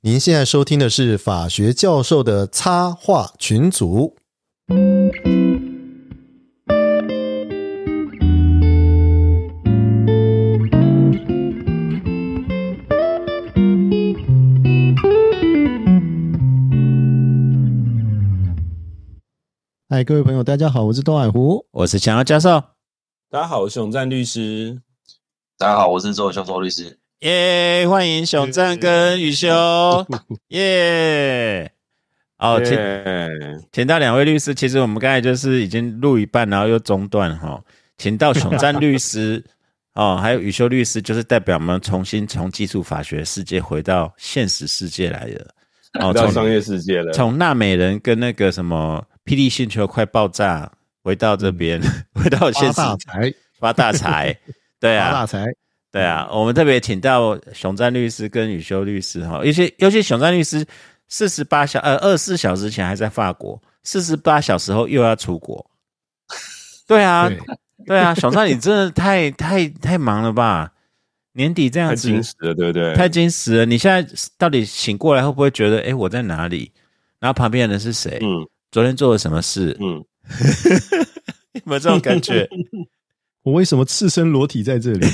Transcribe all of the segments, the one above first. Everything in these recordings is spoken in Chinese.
您现在收听的是法学教授的插画群组。嗨，各位朋友，大家好，我是东海湖， 我是强耀教授。 大家好，我是熊赞律师。 大家好，我是周修周律师。 耶，欢迎熊赞跟宇修。耶！哦，请到两位律师，其实我们刚才就是已经录一半，然后又中断哈。请到熊赞律师哦，还有宇修律师，就是代表我们重新从技术法学世界回到现实世界来了。 哦，到商业世界了。 从纳美人跟那个什么霹雳星球快爆炸，回到这边，回到现实。发大财，对啊， 发大财。 对啊，我们特别请到熊赞律师跟宇修律师哈，尤其熊赞律师24小时前还在法国，48小时后又要出国。对啊，对啊，熊赞你真的太忙了吧？年底这样子， 太矜持了，对不对？ 太矜持了。你现在到底醒过来会不会觉得，我在哪里？然后旁边的人是谁？昨天做了什么事？有没有这种感觉？ 我为什么赤身裸体在这里？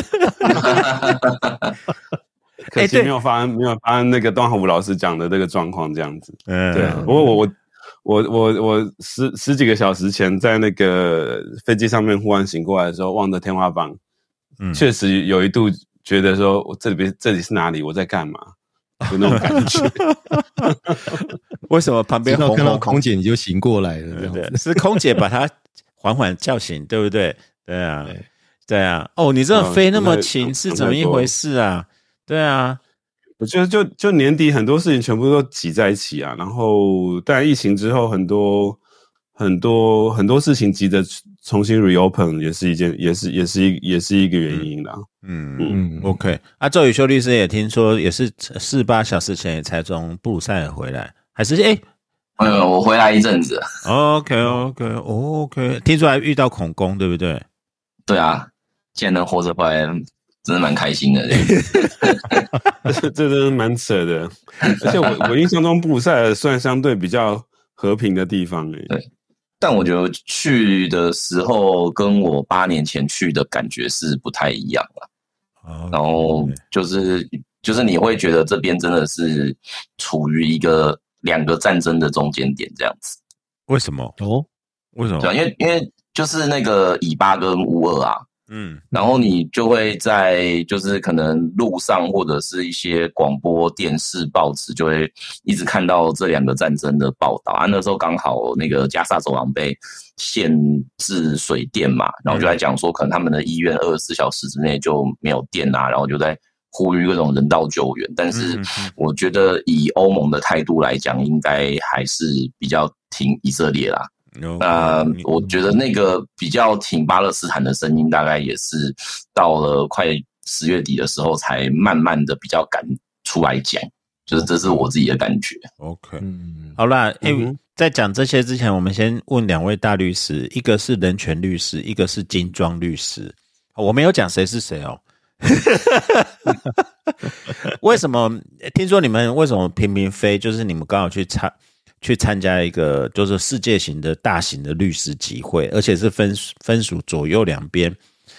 可惜没有发生那个段浩武老师讲的这个状况这样子。对。不过我十几个小时前在那个飞机上面忽然醒过来的时候，望着天花板，确实有一度觉得说，这里是哪里？我在干嘛？有那种感觉。 为什么旁边看到空姐你就醒过来了？ 对，是空姐把他缓缓叫醒，对不对？对啊，对啊，哦，你这飞那么勤是怎么一回事啊？对啊， 我觉得就年底很多事情全部都挤在一起啊，然后但疫情之后很多事情急着重新 reopen 也是一个原因啦。 OK。周宇修律师也听说也是48小时前才从布鲁塞尔回来，还是我回来一阵子。 OK， 听说还遇到恐攻，对不对？ 对啊，现在能活着回来，真的蛮开心的。 这真的蛮扯的，而且我印象中布鲁塞尔算相对比较和平的地方。 对，但我觉得去的时候跟我8年前去的感觉是不太一样了。然后就是你会觉得这边真的是处于一个2个战争的中间点这样子。 为什么？为什么？ 对，因为就是那个以巴跟乌俄啊，然后你就会在就是可能路上或者是一些广播电视报纸就会一直看到这2个战争的报道啊。那时候刚好那个加沙走廊被限制水电嘛，然后就在讲说可能他们的医院24小时之内就没有电啊，然后就在呼吁各种人道救援。但是我觉得以欧盟的态度来讲，应该还是比较挺以色列啦。我觉得那个比较挺巴勒斯坦的声音，大概也是到了快10月底的时候，才慢慢的比较敢出来讲，就是这是我自己的感觉。 OK，好啦，在讲这些之前，我们先问2位大律师，一个是人权律师，一个是金庄律师。我没有讲谁是谁哦。为什么？听说你们为什么频频飞？就是你们刚好去参加一个就是世界型的大型的律师集会，而且是分属左右两边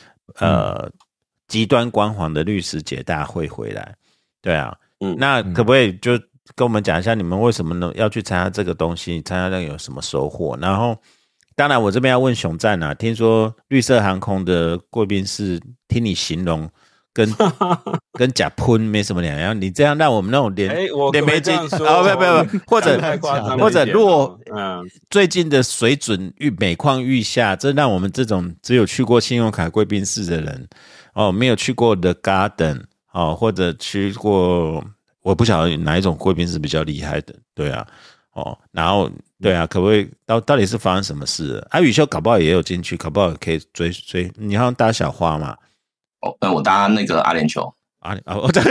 极端光环的律师节大会回来。对啊，那可不可以就跟我们讲一下你们为什么呢要去参加这个东西，参加那个有什么收获？然后当然我这边要问熊赞啊，听说绿色航空的贵宾室听你形容跟假喷没什么两样，你这样让我们那种脸没劲不，或者若最近的水准每况愈下，这让我们这种只有去过信用卡贵宾室的人没有去过 The Garden 或者去过我不晓得哪一种贵宾室比较厉害的，对啊然后对啊，可不可以到底是发生什么事了？宇修搞不好也有进去，搞不好也可以追，你好像搭小花嘛。 我搭那个阿联酋。 我搭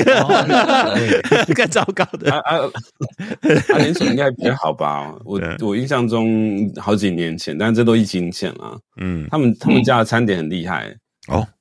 更糟糕的。 阿联酋应该比较好吧？我印象中好几年前，但这都疫情前了。他们家的餐点很厉害。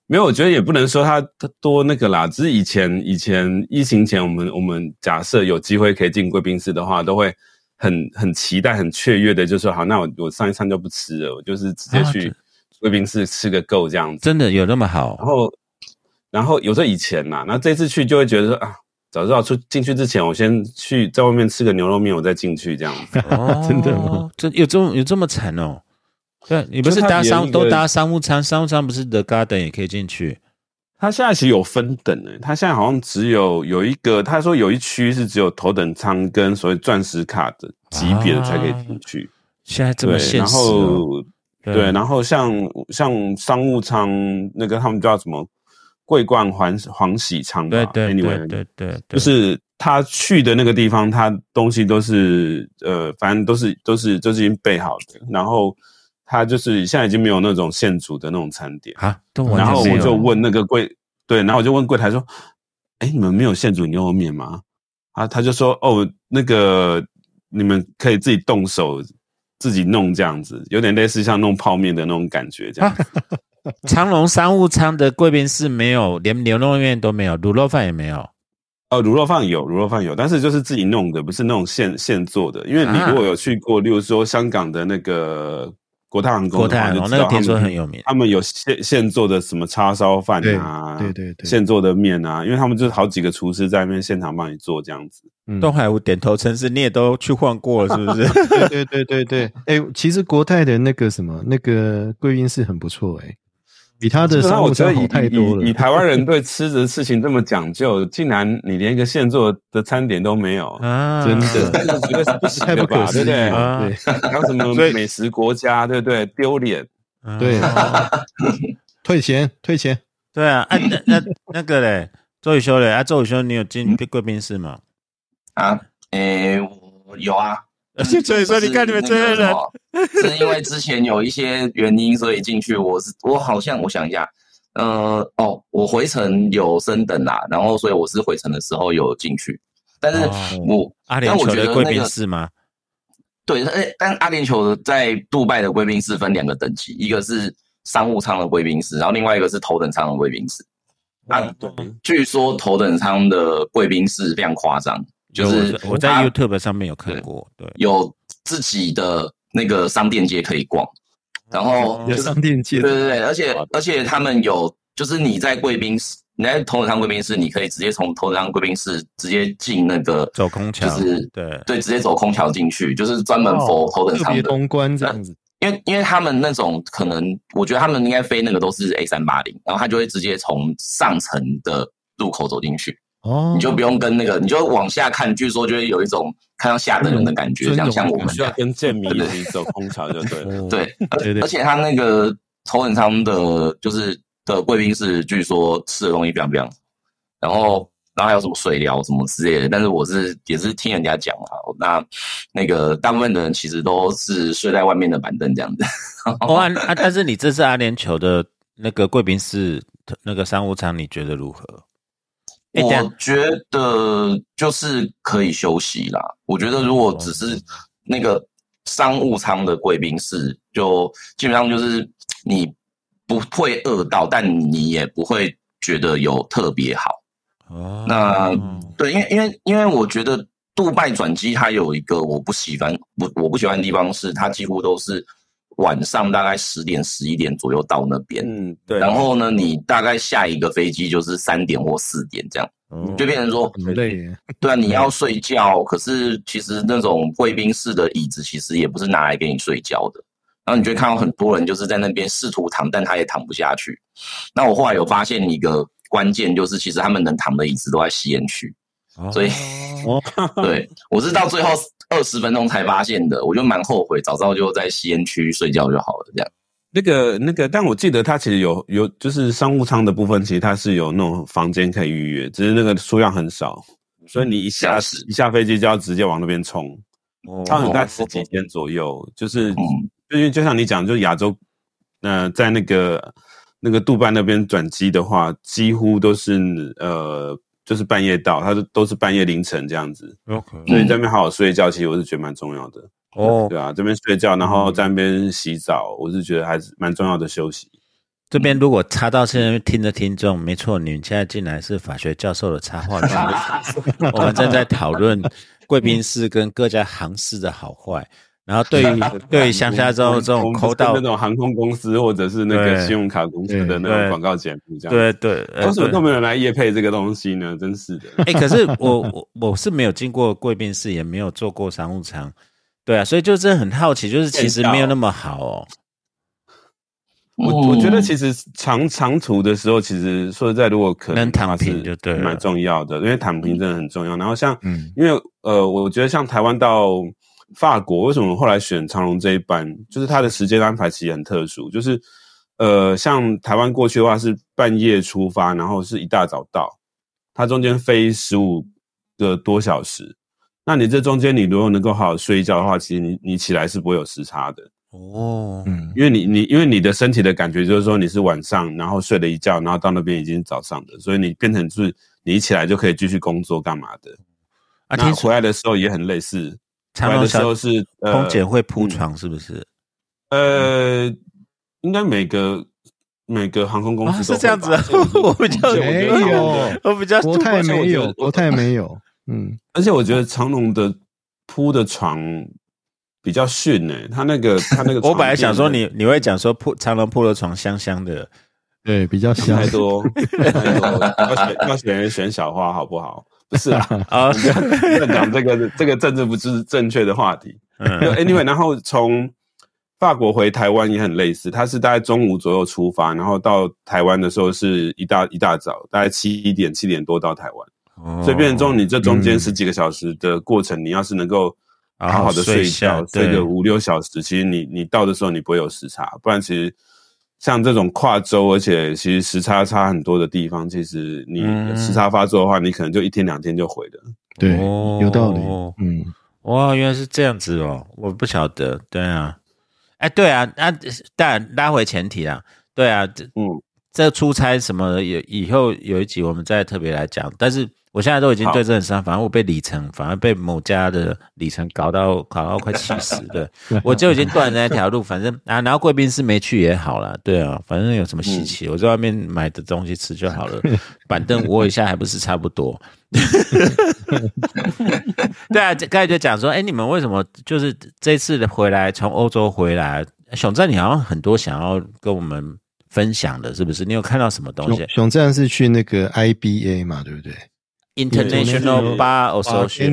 没有，我觉得也不能说他多那个啦，只是以前疫情前，我们假设有机会可以进贵宾室的话，都会很期待、很雀跃的，就说好，那我上一餐就不吃了，我就是直接去贵宾室吃个够这样子。 真的有那么好？ 然后有时候以前嘛，那这次去就会觉得说啊，早知道进去之前，我先去在外面吃个牛肉面，我再进去这样子。 真的吗？ 有这么惨哦？对，你不是都搭商务舱，商务舱不是 The Garden 也可以进去？ 他现在其实有分等诶，他现在好像只有一个，他说有一区是只有头等舱跟所谓钻石卡的级别的才可以进去。 现在这么现实对，然后像商务舱那个他们叫什么桂冠欢喜舱吧？ 对 ，anyway， 对，就是他去的那个地方，他东西都是反正都是已经备好的，然后。他就是现在已经没有那种现煮的那种餐点啊， 然后我就问那个然后我就问柜台说：“你们没有现煮牛肉面吗？”他就说：“哦，那个你们可以自己动手自己弄这样子，有点类似像弄泡面的那种感觉这样。” 长荣商务舱的贵宾室没有，连牛肉面都没有，卤肉饭也没有。 卤肉饭有，但是就是自己弄的，不是那种现做的。因为你如果有去过，例如说香港的那个。国泰航空那个听说很有名， 他们有现做的什么叉烧饭啊， 对， 现做的面啊，因为他们就是好几个厨师在那边现场帮你做这样子。 东海湖点头称是，你也都去晃过了，是不是？ 对，其实国泰的那个那个贵宾室很不错比他的商务舱好太多了。 以台湾人对吃的事情这么讲究，竟然你连一个现做的餐点都没有啊！真的， 绝对是不行的吧？对不对？对，还有什么美食国家，对不对？丢脸， 对，退钱。 对啊，那个嘞，周宇修嘞，周宇修，你有进贵宾室吗？ 我有啊。 所以说，你看你们这些人， 是因为之前有一些原因，所以进去。我好像我想一下，我回程有升等啦，然后所以我是回程的时候有进去，但是阿联酋的贵宾室吗？ 对，但阿联酋在杜拜的贵宾室分2个等级，一个是商务舱的贵宾室，然后另外一个是头等舱的贵宾室。据说头等舱的贵宾室非常夸张。就是我在 YouTube 上面有看过，对， 有自己的那个商店街可以逛，然后有商店街， 对，而且他们有，就是你在你在头等舱贵宾室，你可以直接从头等舱贵宾室直接进那个走空桥， 就是对，直接走空桥进去，就是专门 for 头等舱的通关这样子。 因为他们那种可能，我觉得他们应该飞那个都是 A380，然后他就会直接从上层的入口走进去。你就不用跟你就往下看，据说就会有一种看到下等人的感觉，这样像我们需要跟建民一起走空桥就对了。 对，而且他那个头等舱的，就是的贵宾室，据说吃的东西非常非常，然后还有什么水疗什么之类的，但是也是听人家讲那个大部分的人其实都是睡在外面的板凳这样子。 但是你这次阿联酋的那个贵宾室那个商务舱，你觉得如何？ 我觉得就是可以休息啦。我觉得如果只是那个商务舱的贵宾室，就基本上就是你不会饿到，但你也不会觉得有特别好。那对，因为我觉得杜拜转机它有一个我不喜欢的地方是，它几乎都是晚上大概10点11点左右到那边， 对。 然后呢，你大概下一个飞机就是3点或4点这样，就变成说很累耶。 对啊，你要睡觉，可是其实那种贵宾室的椅子其实也不是拿来给你睡觉的。然后你就会看到很多人就是在那边试图躺，但他也躺不下去。那我后来有发现一个关键，就是其实他们能躺的椅子都在吸烟区，所以对，我是到最后20分钟才发现的，我就蛮后悔，早知道就在吸烟区睡觉就好了，这样。 那个，但我记得它其实有就是商务舱的部分，其实它是有那种房间可以预约，只是那个数量很少，所以你一下飞机就要直接往那边冲，它大概10几天左右，就是就像你讲，就亚洲，在那个杜拜那边转机的话，几乎都是就是半夜到，它都是半夜凌晨这样子，所以在那边好好睡觉，其实我是觉得蛮重要的。对啊，这边睡觉，然后在那边洗澡，我是觉得还是蛮重要的休息。 这边如果插到现在听的听众，没错，你们现在进来是法学教授的插话区，我们正在讨论贵宾室跟各家航司的好坏，然后对于乡下这种抠到那种航空公司或者是那个信用卡公司的那种广告节目，这样对， 为什么都没有人来业配这个东西呢？真是的。 可是我是没有进过贵宾室，也没有坐过商务舱，对啊，所以就是很好奇，就是其实没有那么好哦。 我觉得其实长途的时候，其实说实在，如果可能躺平就对了， 蛮重要的，因为躺平真的很重要。然后像，因为我觉得像台湾到法国，为什么后来选长荣这一班，就是它的时间安排其实很特殊，就是像台湾过去的话是半夜出发，然后是一大早到，它中间飞15个多小时。那你这中间你如果能够好好睡一觉的话，其实你起来是不会有时差的。因为你的身体的感觉就是说你是晚上然后睡了一觉，然后到那边已经是早上的，所以你变成是你一起来就可以继续工作干嘛的。那回来的时候也很类似，回来的时候是空姐会铺床是不是？ 应该每个航空公司都是这样子啊。我比较没有， 我比较国泰没有， 而且我觉得长荣的铺的床比较逊他那个我本来想说你会讲说长荣铺的床香香的， 对，比较香太多，要选小花好不好？不是啊，不要讲这个政治不是正确的话题。Anyway， 然后从法国回台湾也很类似，它是大概中午左右出发，然后到台湾的时候是一大早，大概7点多到台湾，所以变成你这中间10几个小时的过程，你要是能够好好的睡一觉，睡个5-6小时，其实你到的时候你不会有时差，不然其实像这种跨州，而且其实时差差很多的地方，其实你时差发作的话，你可能就1天2天就回了。 对，有道理。 哇，原来是这样子哦，我不晓得。对啊，对啊，当然拉回前提啦。对啊，这出差什么的，以后有一集我们再特别来讲，但是我现在都已经对这很伤，反正我被里程，反而被某家的里程搞到快气死了。我就已经断了那条路，反正然后贵宾室没去也好啦，对啊，反正有什么稀奇，我在外面买的东西吃就好了，板凳窝一下还不是差不多。对啊，刚才就讲说，你们为什么就是这次的回来，从欧洲回来，熊赞你好像很多想要跟我们分享的，是不是？你有看到什么东西？ 熊赞是去那个 IBA 嘛，对不对 ？International Bar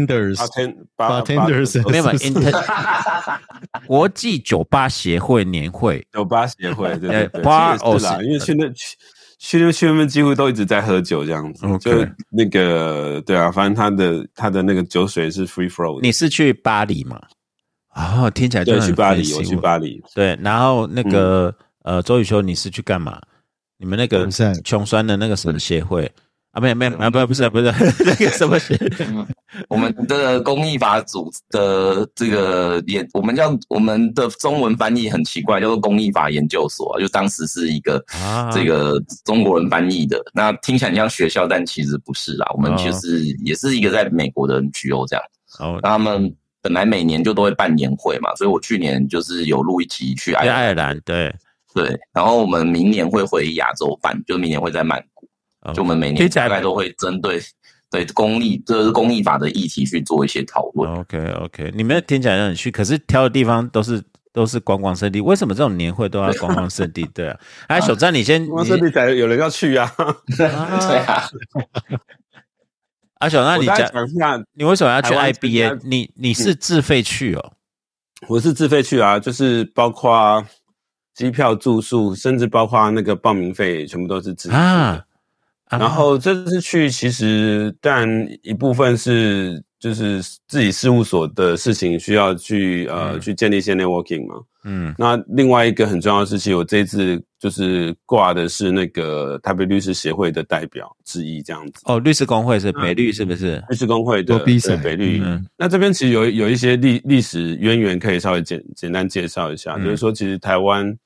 Association，Bartenders， 没有国际酒吧协会年会， 酒吧协会，对 ，Bar Association， 因为去那边几乎都一直在喝酒这样子，就那个对啊，反正他的那个酒水是 free flow 的。 你是去巴黎吗？听起来就很对，去巴黎，我去巴黎。 对，然后那个周宇修，你是去干嘛？你们那个穷酸的那个什么协会？没有不是那个什么我们的公益法组的这个我们的中文翻译很奇怪，叫做公益法研究所，就当时是一个这个中国人翻译的，那听起来像学校，但其实不是啦，我们就是也是一个在美国的 NGO 这样。那他们本来每年就都会办年会嘛，所以我去年就是有录一集去爱尔兰，对， 然后我们明年会回亚洲办，就明年会在曼谷。就我们每年大概都会针对公益法的议题去做一些讨论。 OK， 你们听起来很虚，可是挑的地方都是观光胜地。为什么这种年会都要观光胜地？对啊，小詹你先， 观光胜地才有人要去啊。 对啊。 阿小，那你讲一下，你为什么要去 IBA？ 你是自费去哦？ 我是自费去啊，就是包括机票、住宿，甚至包括那个报名费，全部都是自费的。然后这次去，其实但一部分是就是自己事务所的事情需要去建立一些 networking 嘛。那另外一个很重要的事情，我这一次就是挂的是那个台北律师协会的代表之一，这样子。 律师公会是北律是不是？ 律师公会的北律。那这边其实有一些历史渊源可以稍微简单介绍一下，就是说其实台湾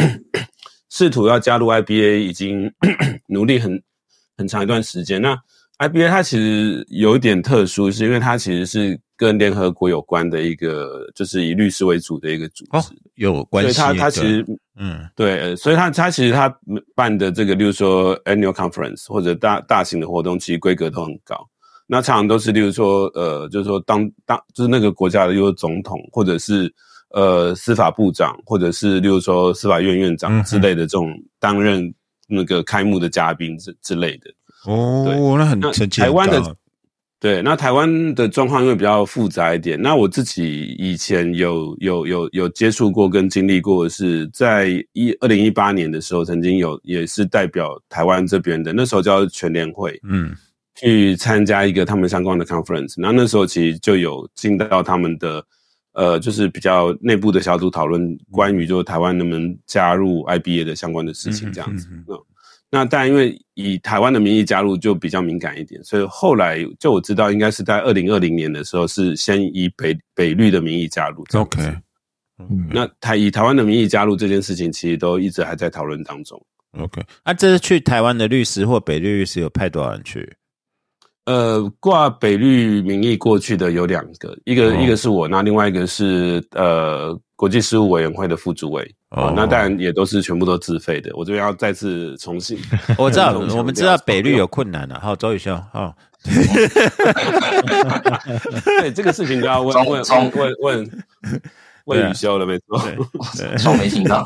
试图要加入 IBA 已经努力很长一段时间。那 IBA 它其实有一点特殊，是因为它其实是跟联合国有关的一个，就是以律师为主的一个组织， 有关系。 所以它其实，对，所以它其实它办的这个，例如说 annual conference 或者大型的活动，其实规格都很高。那常常都是，例如说，就是说就是那个国家的，例如总统，或者是司法部长，或者是例如说司法院院长之类的这种担任那个开幕的嘉宾之类的。 那很台湾的。对，那台湾的状况因为比较复杂一点，那我自己以前有接触过跟经历过的是，在2018年的时候，曾经也是代表台湾这边的，那时候叫全联会，去参加一个他们相关的 conference， 那时候其实就有进到他们的就是比较内部的小组讨论，关于就是台湾能不能加入 IBA 的相关的事情这样子。那当然因为以台湾的名义加入就比较敏感一点，所以后来就我知道应该是在2020年的时候是先以北律的名义加入。 OK， 那以台湾的名义加入这件事情其实都一直还在讨论当中。 OK， 这是去台湾的律师或北律律师有派多少人去？ 挂北律名义过去的有2个，一个是我，那另外一个是国际事务委员会的副主委。那当然也都是全部都自费的。我这边要再次重新， 我知道，我们知道北律有困难了。好，周宇修， 对这个事情就要问宇修了，没错， 从没听到，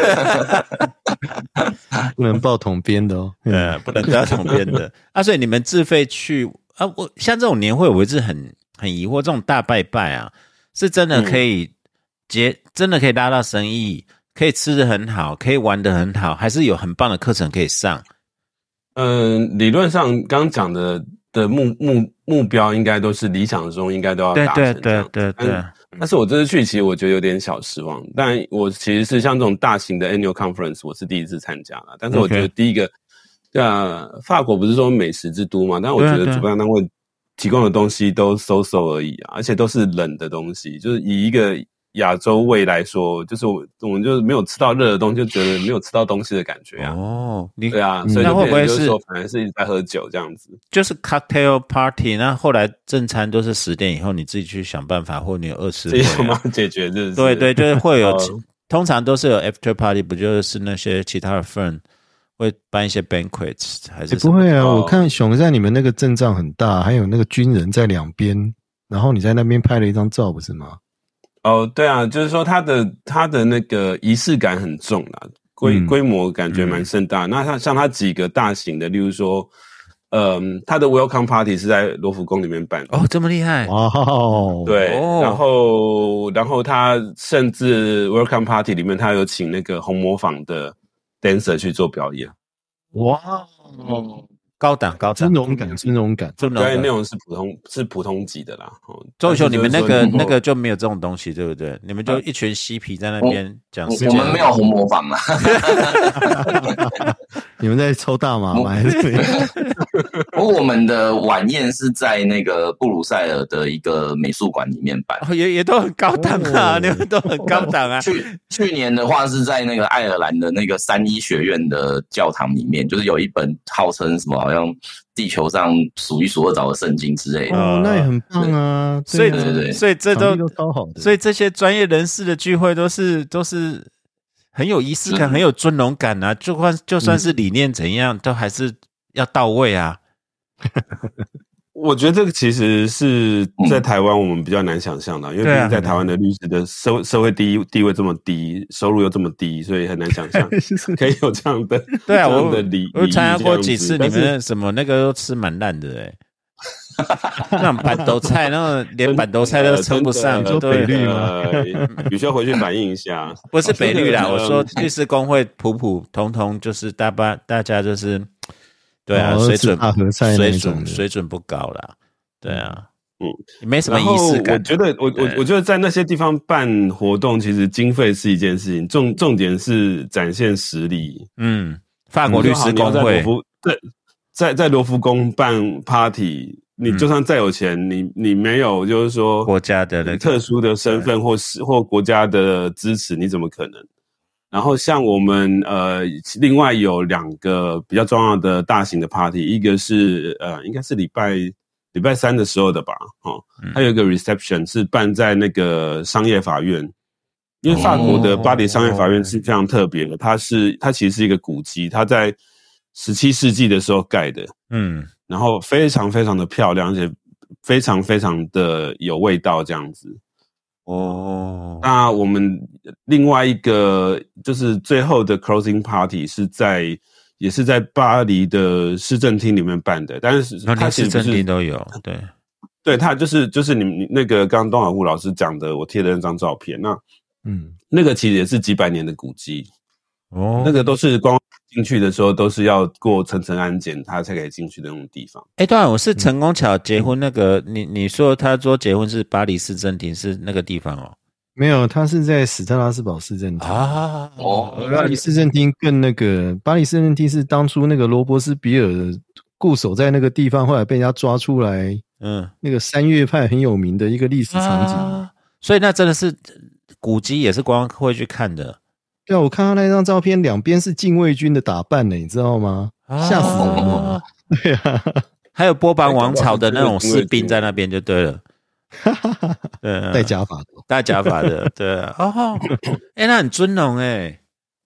不能报统编的哦， 不能报统编的所以你们自费去我像这种年会，我一直很疑惑，这种大拜拜是真的可以真的可以拉到生意？可以吃得很好，可以玩得很好，还是有很棒的课程可以上？ 理论上刚讲的目标应该都是理想中应该都要达成。对。但是我这次去其实我觉得有点小失望，但我其实是像这种大型的 annual conference 我是第一次参加啦，但是我觉得第一个法国不是说美食之都嘛，但我觉得主办单位提供的东西都so而已而且都是冷的东西，就是以一个亚洲味来说，就是我们就是没有吃到热的东西，就觉得没有吃到东西的感觉对啊，所以就变成就是说反而是一直在喝酒这样子， 就是 cocktail party， 那后来正餐都是10点以后，你自己去想办法，或你有2次会怎么解决？ 对，就是会有通常都是有 after party， 不就是那些其他的 firm 会办一些 banquets 还是不会我看熊在你们那个阵仗很大，还有那个军人在2边，然后你在那边拍了一张照，不是吗？ 对啊，就是说它的那个仪式感很重啦，规模感觉蛮盛大。那像它几个大型的，例如说，它的 Welcome Party 是在罗浮宫里面办的。 这么厉害！ 哇， 对，然后它甚至 Welcome Party 里面，它有请那个红磨坊的 dancer 去做表演。 哇，高档， 尊荣感， 表演内容是普通级的啦。 周宇修，你们那个就没有这种东西，对不对？你们就一群嬉皮在那边讲事情。 我们没有红磨坊你们在抽大麻吗？还是我们的晚宴是在那个布鲁塞尔的一个美术馆里面办， 也都很高档你们都很高档去年的话是在那个爱尔兰的那个3一学院的教堂里面，就是有一本号称什么好像地球上数一数二早的圣经之类的。 那也很棒啊！ 对， 所以这都超好的。 所以这些专业人士的聚会都是很有仪式感，很有尊荣感就算是理念怎样，都还是要到位啊。 我觉得这个其实是在台湾我们比较难想象的，因为毕竟在台湾的律师的社会地位这么低，收入又这么低，所以很难想象可以有这样的对啊， 我参加过几次，你们什么那个都吃蛮烂的那种板豆菜，那种连板豆菜都称不上， 说北律吗？ 必须要回去反映一下。 不是北律啦，我说律师公会普通就是大家就是。对啊，水准不高啦，对啊，没什么仪式感。 我觉得在那些地方办活动，其实经费是一件事情，重点是展现实力。 法国律师公会在罗浮宫办 party， 你就算再有钱，你没有就是说国家的特殊的身份或国家的支持，你怎么可能？ 然后像我们另外有2个比较重要的大型的 party， 一个是应该是礼拜3的时候的吧，还有一个 reception 是办在那个商业法院，因为法国的巴黎商业法院是非常特别的，它其实是一个古迹，它在17世纪的时候盖的，然后非常非常的漂亮，而且非常非常的有味道这样子。那我们另外一个就是最后的 closing party 也是在巴黎的市政厅里面办的，但是它其实市政厅都有， 对，它就是你那个刚刚东海户老师讲的，我贴的那张照片，那个其实也是几百年的古迹，那个都是光进去的时候都是要过层层安检，他才可以进去的那种地方。 对啊，我是陈功桥结婚那个，你说他说结婚是巴黎市政厅是那个地方哦？ 没有，他是在史特拉斯堡市政厅啊。 巴黎市政厅更那个，巴黎市政厅是当初那个罗伯斯比尔固守在那个地方，后来被人家抓出来，那个3月派很有名的一个历史场景。 所以那真的是古迹，也是观光客会去看的。 对啊，我看到那张照片，两边是禁卫军的打扮呢，你知道吗？吓死人了。对啊， 还有波旁王朝的那种士兵在那边就对了。 对，戴假发的， 戴假发的，对啊。那很尊荣哎。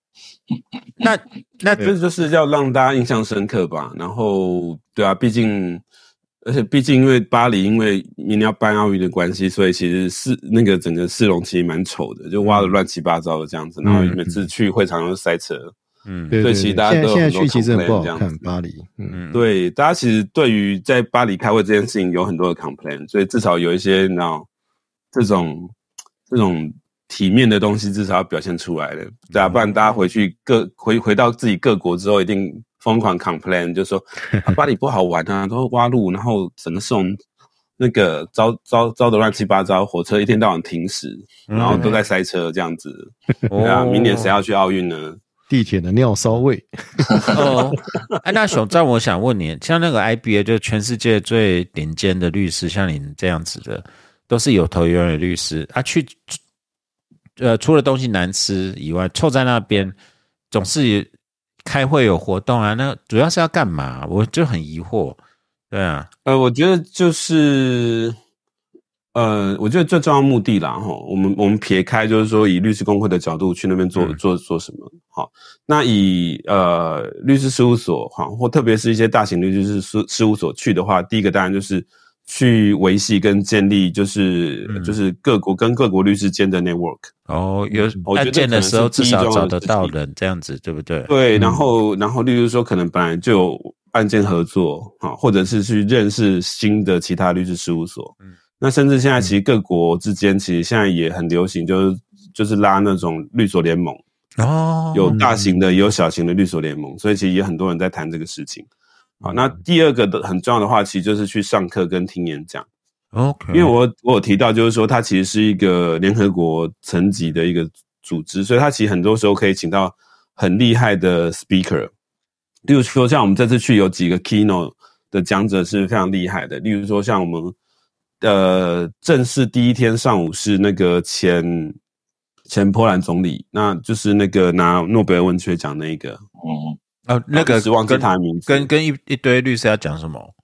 那这就是要让大家印象深刻吧。然后，对啊，毕竟因为巴黎因为明年要办奥运的关系，所以其实是那个整个市容其实蛮丑的，就挖得乱七八糟的这样子。然后每次去会场都塞车。 对， 所以其实大家都有现在去其实很不好看巴黎。 对，大家其实对于在巴黎开会这件事情有很多的 complain， 所以至少有一些这种体面的东西至少要表现出来的，对啊，不然大家回到自己各国之后，一定疯狂 complain， 就说巴黎不好玩啊，都挖路，然后整个是那个糟的乱七八糟，火车一天到晚停驶，然后都在塞车这样子。对啊，明年谁要去奥运呢？ 地铁的尿骚味。 那熊赞，我想问你，像那个 IBA 就全世界最顶尖的律师，像你这样子的，都是有头有脸的律师啊，除了东西难吃以外，凑在那边总是开会有活动啊，那主要是要干嘛？我就很疑惑。对啊， 我觉得就是我觉得最重要的目的啦，我们撇开就是说以律师工会的角度去那边做什么，好，那以律师事务所或特别是一些大型律师事务所去的话，第一个当然就是去维系跟建立就是各国跟各国律师间的 network。 有案件的时候至少找得到人，这样子对不对？ 对，然后例如说可能本来就有案件合作，或者是去认识新的其他律师事务所。那甚至现在其实各国之间其实现在也很流行，就是拉那种律所联盟。有大型的也有小型的律所联盟，所以其实也很多人在谈这个事情。好，那第二个很重要的话，其实就是去上课跟听演讲。 OK， 因为我有提到，就是说它其实是一个联合国层级的一个组织，所以它其实很多时候可以请到很厉害的 speaker。例如说，像我们这次去有几个 keynote 的讲者是非常厉害的。例如说，像我们正式第一天上午是那个前波兰总理，那就是那个拿诺贝尔文学奖那个。 那个是忘记他的名字。 跟一堆律师要讲什么？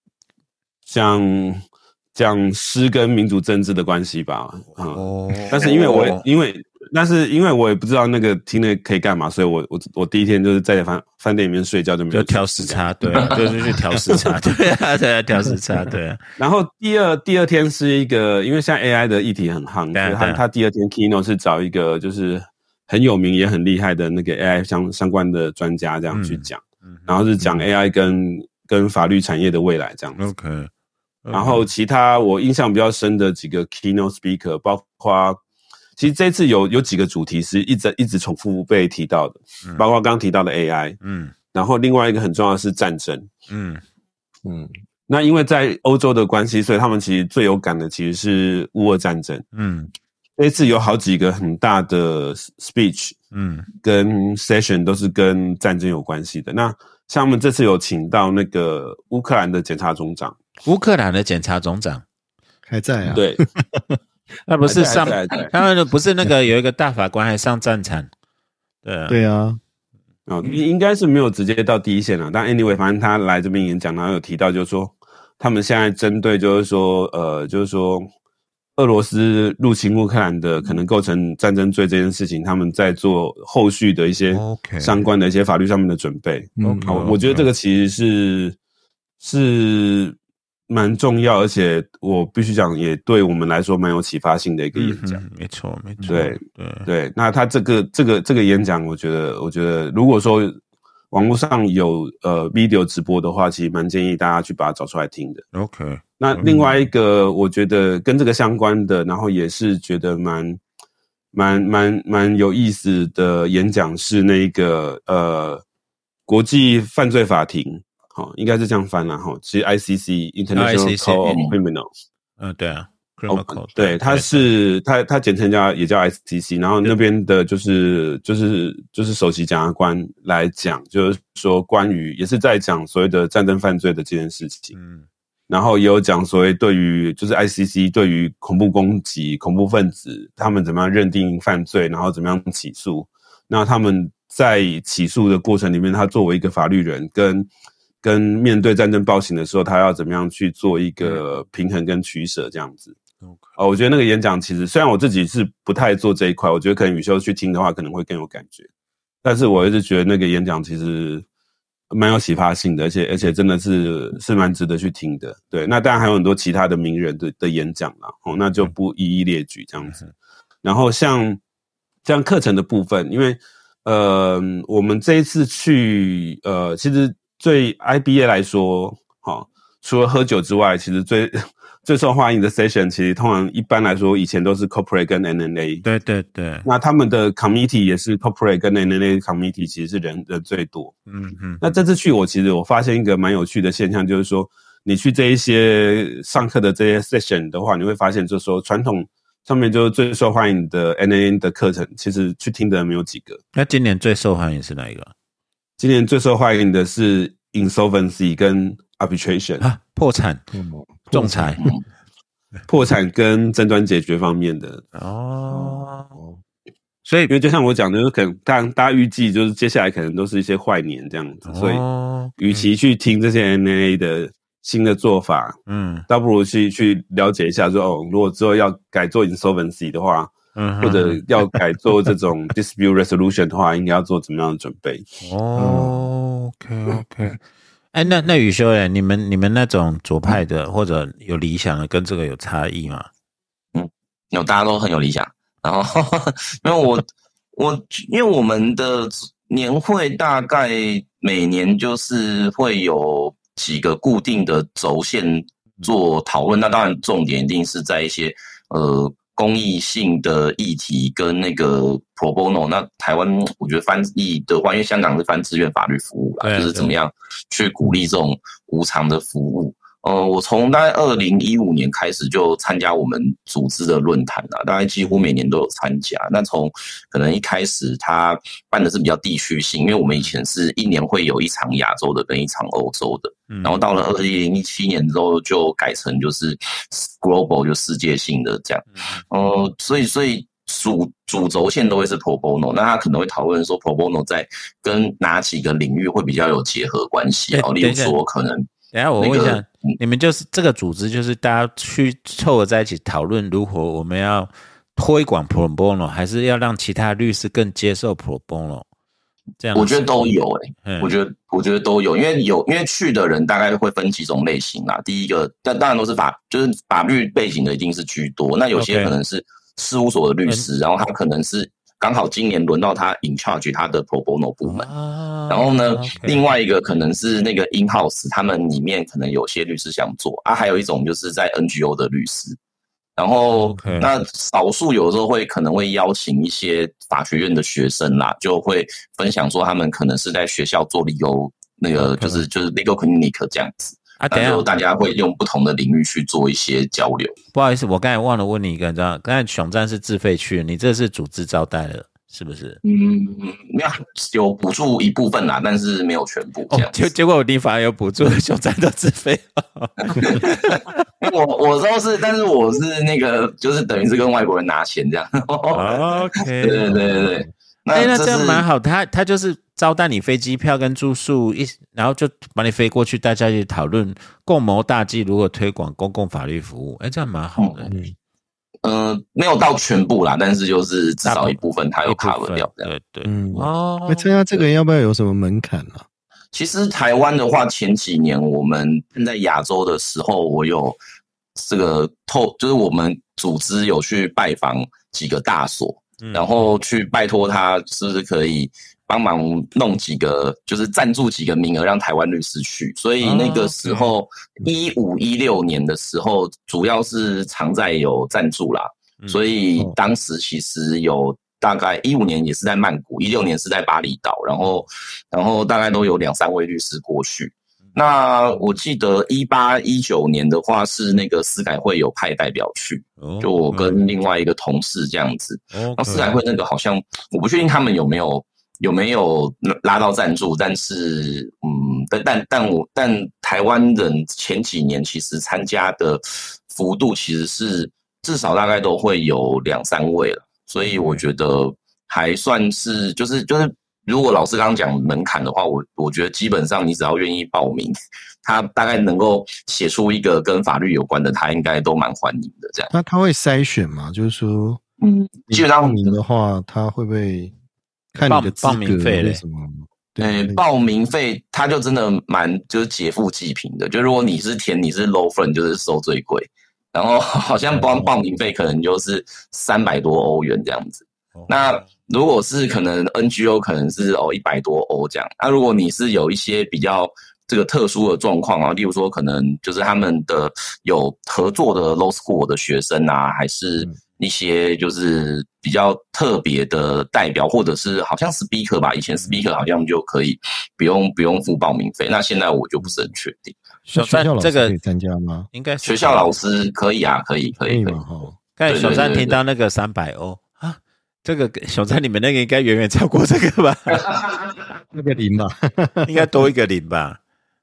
讲诗跟民主政治的关系吧。但是因为我也不知道那个听了可以干嘛，所以我第一天就是在饭店里面睡觉，就没有调时差，对啊，就是去调时差，对啊，调时差，对啊。 然后第二天是一个，因为像 AI 的议题很夯，所以他第二天 keynote 是找一个就是很有名也很厉害的那个 AI 相关的专家这样去讲，然后是讲 AI 跟法律产业的未来这样子。 OK。 然后其他我印象比较深的几个 keynote speaker， 包括其实这次有几个主题是一直重复被提到的，包括刚刚提到的 AI， 然后另外一个很重要的是战争，那因为在欧洲的关系，所以他们其实最有感的其实是乌俄战争，这次有好几个很大的 speech，跟 session 都是跟战争有关系的。那像我们这次有请到那个乌克兰的检察总长。 乌克兰的检察总长还在啊？ 对， 他不是他们不是那个有一个大法官还上战场， 对啊， 应该是没有直接到第一线了。但 anyway， 反正他来这边演讲，然后有提到，就是说他们现在针对，就是说俄罗斯入侵乌克兰的可能构成战争罪这件事情，他们在做后续的一些相关的一些法律上面的准备。我觉得这个其实是蛮重要，而且我必须讲，也对我们来说蛮有启发性的一个演讲。 没错， 对。那他这个演讲，我觉得，如果说网络上有video 直播的话，其实蛮建议大家去把它找出来听的。 OK。 那另外一个，我觉得跟这个相关的，然后也是觉得蛮有意思的演讲是那个国际犯罪法庭，应该是这样翻啦齁。其实 ICC International Court of Criminals， 对啊 ，Criminal Court， 对，它简称也叫 ICC， 然后那边的就是首席检察官来讲，就是说关于也是在讲所谓的战争犯罪的这件事情。然后也有讲所谓对于就是 ICC 对于恐怖攻击、恐怖分子他们怎么样认定犯罪，然后怎么样起诉。那他们在起诉的过程里面，他作为一个法律人跟面对战争暴行的时候，他要怎么样去做一个平衡跟取舍这样子。我觉得那个演讲其实虽然我自己是不太做这一块，我觉得可能宇修去听的话可能会更有感觉。但是我一直觉得那个演讲其实蛮有启发性的，而且真的是蛮值得去听的。对，那当然还有很多其他的名人的演讲啦，那就不一一列举这样子。然后像这样课程的部分，因为我们这一次去其实对 IBA 来说，除了喝酒之外，其实最受欢迎的 session 其实通常一般来说以前都是 corporate 跟 NNA。 对。 那他们的 committee 也是 corporate 跟 NNA committee 其实是人最多。那这次去我发现一个蛮有趣的现象，就是说你去这一些上课的这些 session 的话，你会发现就是说传统上面就是最受欢迎的 NNA 的课程，其实去听的人没有几个。 那今年最受欢迎是哪一个？ 今年最受欢迎的是 insolvency 跟 arbitration 破产、仲裁、 破产跟争端解决方面的。 所以因为就像我讲的，就是可能大家预计就是接下来可能都是一些坏年这样子，所以与其去听这些 NNA 的新的做法，倒不如去了解一下说如果之后要改做 insolvency 的话，或者要改做这种 dispute resolution 的话，应该要做怎么样的准备。 OK。那宇修你们那种左派的或者有理想的，跟这个有差异吗？ 有，大家都很有理想。然后，因为我们的年会大概每年就是会有几个固定的轴线做讨论，那当然重点一定是在一些公益性的议题跟那个 pro bono。那台湾我觉得翻译的话，因为香港是翻志愿法律服务啦，就是怎么样去鼓励这种无偿的服务。我从大概2015年开始就参加我们组织的论坛啦，大概几乎每年都有参加。那从可能一开始他办的是比较地区性，因为我们以前是一年会有一场亚洲的跟一场欧洲的，然后到了2017年之后就改成就是 global 就世界性的这样。所以主轴线都会是 pro bono， 那他可能会讨论说 pro bono 在跟哪几个领域会比较有结合关系，例如说可能等一下我问一下，你们就是这个组织，就是大家去凑合在一起讨论如何我们要推广 pro bono， 还是要让其他律师更接受 pro bono？ 这样我觉得都有我觉得都有，因为去的人大概会分几种类型啦。第一个，当然都是就是法律背景的一定是居多，那有些可能是事务所的律师，然后他可能是刚好今年轮到他 in charge 他的 pro bono 部门，然后呢，另外一个可能是那个 in house， 他们里面可能有些律师想做还有一种就是在 NGO 的律师，然后那少数有时候可能会邀请一些法学院的学生啦，就会分享说他们可能是在学校做legal就是 legal clinic 这样子。那就大家会用不同的领域去做一些交流。 不好意思，我刚才忘了问你一个，你知道，刚才熊赞是自费去的，你这是组织招待的，是不是？ 没有补助一部分啦，但是没有全部这样子。 结果你反而有补助，熊赞都自费。 我都是，但是我是就是等于是跟外国人拿钱这样。 OK， 对。 那这样蛮好，他就是招待你飞机票跟住宿然后就把你飞过去，大家一起讨论共谋大计，如何推广公共法律服务。这样蛮好的。 没有到全部啦，但是就是至少一部分它有 cover 掉。 对， 那参加这个要不要有什么门槛啊？ 其实台湾的话，前几年我们在亚洲的时候，我有这个就是我们组织有去拜访几个大所，然后去拜托他是不是可以帮忙弄几个，就是赞助几个名额让台湾律师去。所以那个时候15、16年的时候，主要是常在有赞助啦，所以当时其实有大概15年也是在曼谷，16年是在巴厘岛，然后大概都有2、3位律师过去。那我记得18、19年的话是那个司改会有派代表去，就我跟另外一个同事这样子。那司改会那个好像我不确定他们有没有拉到赞助，但是但台湾人前几年其实参加的幅度其实是至少大概都会有2、3位了，所以我觉得还算是就是如果老师刚刚讲门槛的话，我觉得基本上你只要愿意报名，他大概能够写出一个跟法律有关的，他应该都蛮欢迎的。这样， 那他会筛选吗？就是说， 基本上报名的话，他会不会看你的报名费为什么？ 报名费他就真的蛮就是劫富济贫的，就如果你是填你是 low friend， 就是收最贵，然后好像光报名费可能就是300多欧元这样子。那如果是可能 NGO 可能是100多欧这样。那如果你是有一些比较这个特殊的状况啊，例如说可能就是他们的有合作的 law school 的学生啊，还是一些就是比较特别的代表，或者是好像 speaker 吧，以前 speaker 好像就可以不用付报名费。那现在我就不是很确定。 学校老师可以参加吗？ 应该学校老师可以啊，可以。 刚才小三听到那个300欧。这个熊在你们那个应该远远超过这个吧？ 那个0吧， 应该多一个0吧？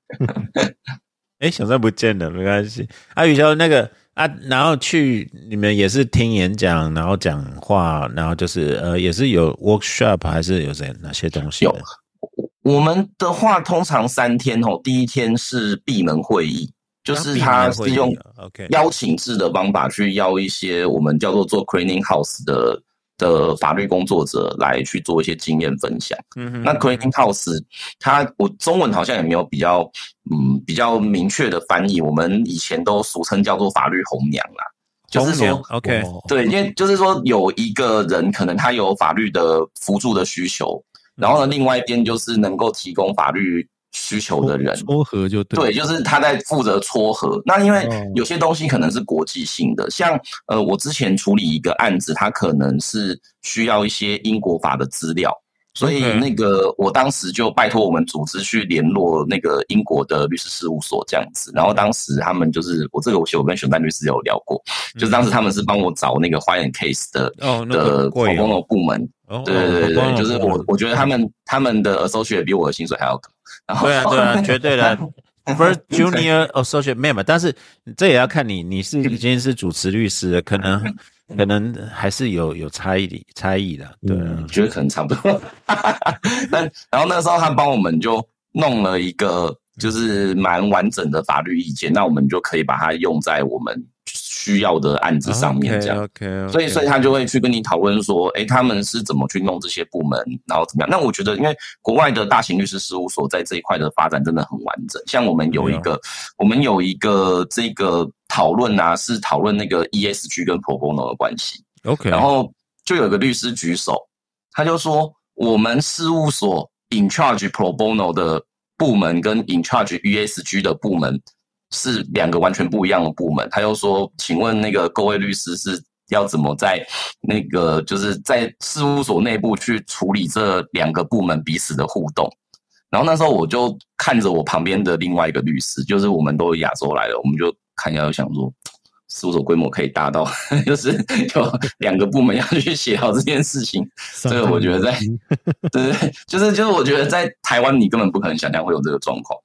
熊在不见了，没关系。宇修那个然后去你们也是听演讲，然后讲话，然后就是也是有 workshop 还是有哪些东西？ 有，我们的话通常3天第一天是闭门会议。就是他是用邀请制的方法去邀一些我们叫做 cleaning house 的法律工作者来去做一些经验分享。那 cleaning house 我中文好像也没有比较明确的翻译，我们以前都俗称叫做法律红娘啦。就是说 OK 对，因为就是说有一个人可能他有法律的辅助的需求，然后呢另外一边就是能够提供法律需求的人撮合就对，就是他在负责撮合。那因为有些东西可能是国际性的，像我之前处理一个案子，它可能是需要一些英国法的资料，所以那个我当时就拜托我们组织去联络那个英国的律师事务所这样子。然后当时他们就是我跟熊丹律师有聊过，就是当时他们是帮我找那个 White and Case 的pro bono 部门。对，就是我觉得他们的 associate 比我的薪水还要高。 对啊，绝对的。First Junior Associate 没有，但是这也要看你已经是主持律师了，可能还是有差异的。对， 觉得可能差不多。然后那时候他帮我们就弄了一个就是蛮完整的法律意见，那我们就可以把它用在我们需要的案子上面这样。 Okay. 所以他就会去跟你讨论说他们是怎么去弄这些部门，然后怎么样。那我觉得因为国外的大型律师事务所在这一块的发展真的很完整，像我们有一个这个讨论啊，是讨论那个 ESG 跟 pro bono 的关系。 OK， 然后就有个律师举手，他就说我们事务所 in charge pro bono 的部门跟 in charge ESG 的部门是2个完全不一样的部门。他又说请问那个各位律师是要怎么在那个就是在事务所内部去处理这2个部门彼此的互动。然后那时候我就看着我旁边的另外一个律师，就是我们都亚洲来了，我们就看一下就想说事务所规模可以大到就是有2个部门要去协调这件事情。这个我觉得在对，就是我觉得在台湾你根本不可能想象会有这个状况。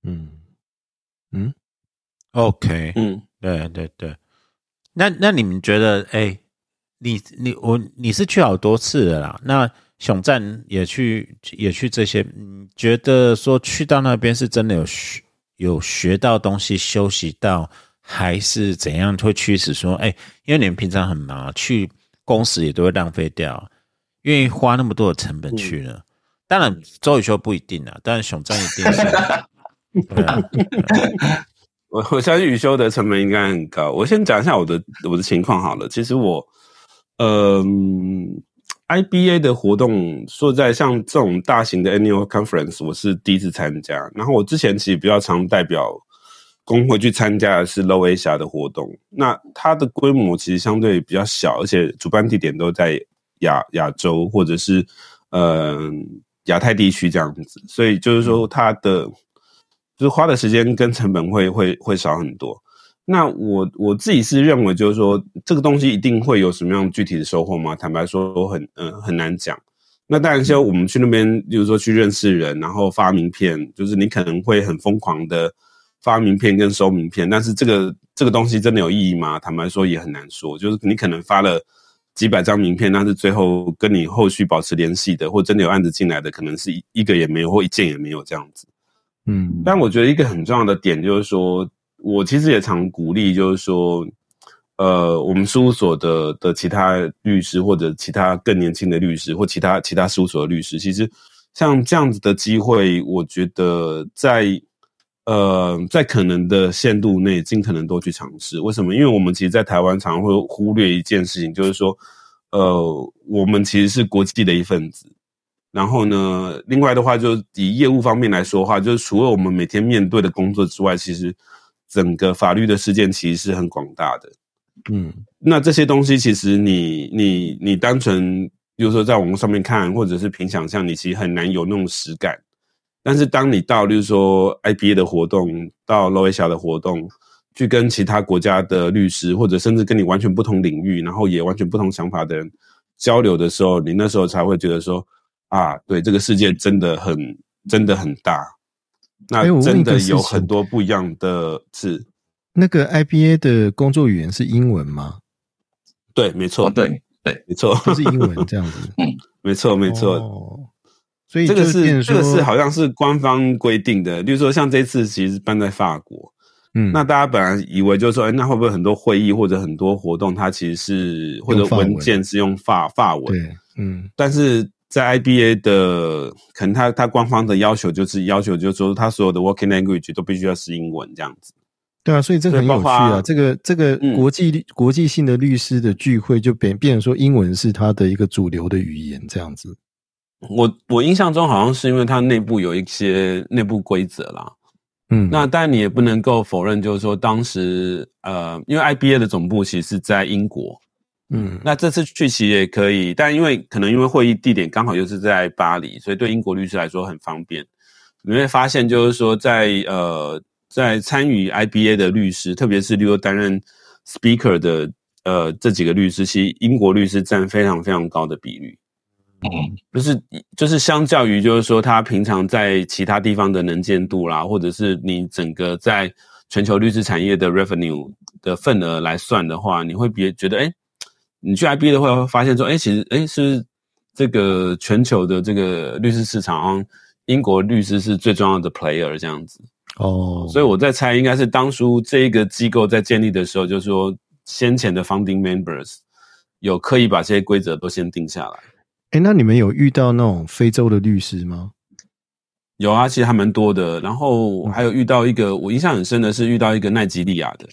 OK， 对。那你们觉得，你是去好多次了啦。那熊赞也去这些，觉得说去到那边是真的有学到东西，休息到，还是怎样会驱使说，因为你们平常很忙，去工时也都会浪费掉，愿意花那么多的成本去呢？当然周宇修不一定啊，但是熊赞一定是。对啊， 我相信宇修的成本应该很高。我先讲一下我的情况好了。其实我IBA 的活动，说实在像这种大型的 annual conference， 我是第一次参加。然后我之前其实比较常代表工会去参加的是 Low Asia 的活动，那它的规模其实相对比较小，而且主办地点都在亚洲或者是亚太地区这样子，所以就是说它的就是花的时间跟成本会少很多。那我自己是认为就是说这个东西一定会有什么样具体的收获吗？坦白说很难讲。那当然像我们去那边比如说去认识人，然后发名片，就是你可能会很疯狂的发名片跟收名片，但是这个东西真的有意义吗？坦白说也很难说，就是你可能发了几百张名片，但是最后跟你后续保持联系的或真的有案子进来的可能是一个也没有或一件也没有这样子。但我觉得一个很重要的点就是说，我其实也常鼓励，就是说，我们事务所的其他律师或者其他更年轻的律师或其他事务所的律师，其实像这样子的机会，我觉得在可能的限度内，尽可能多去尝试。为什么？因为我们其实，在台湾常常会忽略一件事情，就是说，我们其实是国际的一份子。然后呢，另外的话，就以业务方面来说的话，就是除了我们每天面对的工作之外，其实整个法律的事件其实是很广大的。那这些东西其实你单纯比如说在网络上面看，或者是凭想象，你其实很难有那种实感。但是当你到例如说 IBA 的活动，到 Low Asia 的活动，去跟其他国家的律师，或者甚至跟你完全不同领域，然后也完全不同想法的人交流的时候，你那时候才会觉得说，啊，对，这个世界真的很大，那真的有很多不一样的事。 那个 IBA 的工作语言是英文吗？ 对，没错， 对， 没错， 就是英文这样子。 没错。 所以这个是好像是官方规定的，例如说像这次其实办在法国，那大家本来以为就是说，那会不会很多会议或者很多活动，它其实是或者文件是用法文？ 对， 但是在 IBA 的可能他官方的要求就是说，他所有的 working language 都必须要是英文这样子。 对啊，所以这个很有趣啊。这个国际性的律师的聚会就变成说英文是他的一个主流的语言这样子。 我印象中好像是因为它内部有一些内部规则啦。那当然你也不能够否认，就是说当时因为 IBA 的总部其实是在英国。那这次去其实也可以，但因为会议地点刚好又是在巴黎，所以对英国律师来说很方便。你会发现就是说在参与 IBA 的律师，特别是例如担任 speaker 的这几个律师，其实英国律师占非常非常高的比率。就是相较于就是说他平常在其他地方的能见度啦，或者是你整个在全球律师产业的 revenue 的份额来算的话，你会觉得你去 IBA 的话会发现说其实是这个全球的这个律师市场，英国律师是最重要的 player 这样子。所以我在猜应该是当初这个机构在建立的时候，就是说先前的 founding members 有刻意把这些规则都先定下来。 那你们有遇到那种非洲的律师吗？ 有啊，其实还蛮多的。然后还有遇到一个我印象很深的是遇到一个奈及利亚的。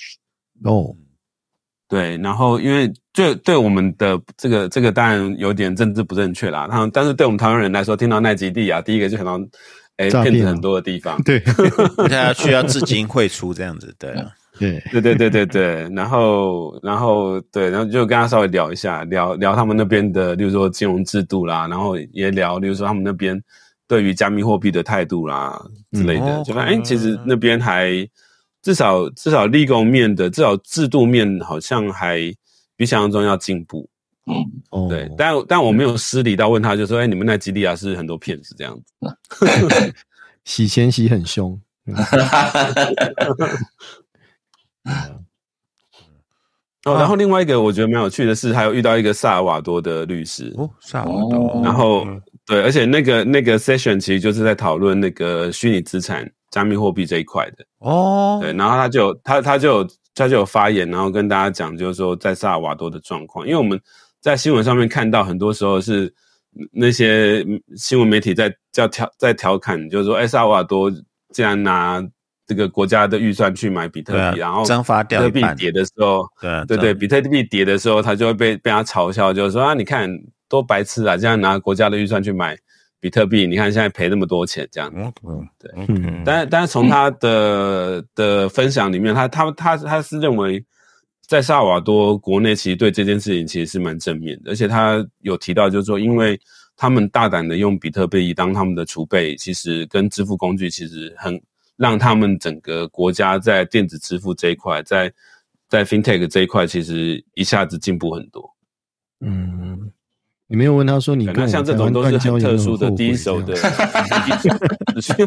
对，然后因为对我们的这个当然有点政治不正确啦，但是对我们台湾人来说，听到奈及利亚第一个就想到骗子很多的地方。 对， 他需要资金汇出这样子。对啊。 对，然后就跟他稍微聊一下，聊他们那边的，例如说金融制度啦，然后也聊，例如说他们那边对于加密货币的态度啦之类的，就发现其实那边还至少legal 面的，至少制度面好像还比想象中要进步。对，但我没有失礼到问他，就说你们奈及利亚是很多骗子这样子， 洗钱洗很凶。 然后另外一个我觉得蛮有趣的是，还有遇到一个萨尔瓦多的律师萨尔瓦多， 然后对，而且那个 session 其实就是在讨论那个虚拟资产、加密货币这一块的对，然后他就有发言，然后跟大家讲，就是说在萨尔瓦多的状况，因为我们在新闻上面看到很多时候是那些新闻媒体在调侃，就是说，萨尔瓦多竟然拿这个国家的预算去买比特币，然后蒸发掉一半， 比特币跌的时候，对，比特币跌的时候，他就会被他嘲笑，就是说你看多白痴啊，这样拿国家的预算去买比特币，你看现在赔那么多钱，这样对，但是从他的分享里面，他是认为在萨尔瓦多国内其实对这件事情其实是蛮正面的，而且他有提到就是说，因为他们大胆的用比特币当他们的储备，其实跟支付工具其实很让他们整个国家在电子支付这一块，在 fintech 这一块，其实一下子进步很多。 你没有问他说你跟像这种都是很特殊的第一手的资讯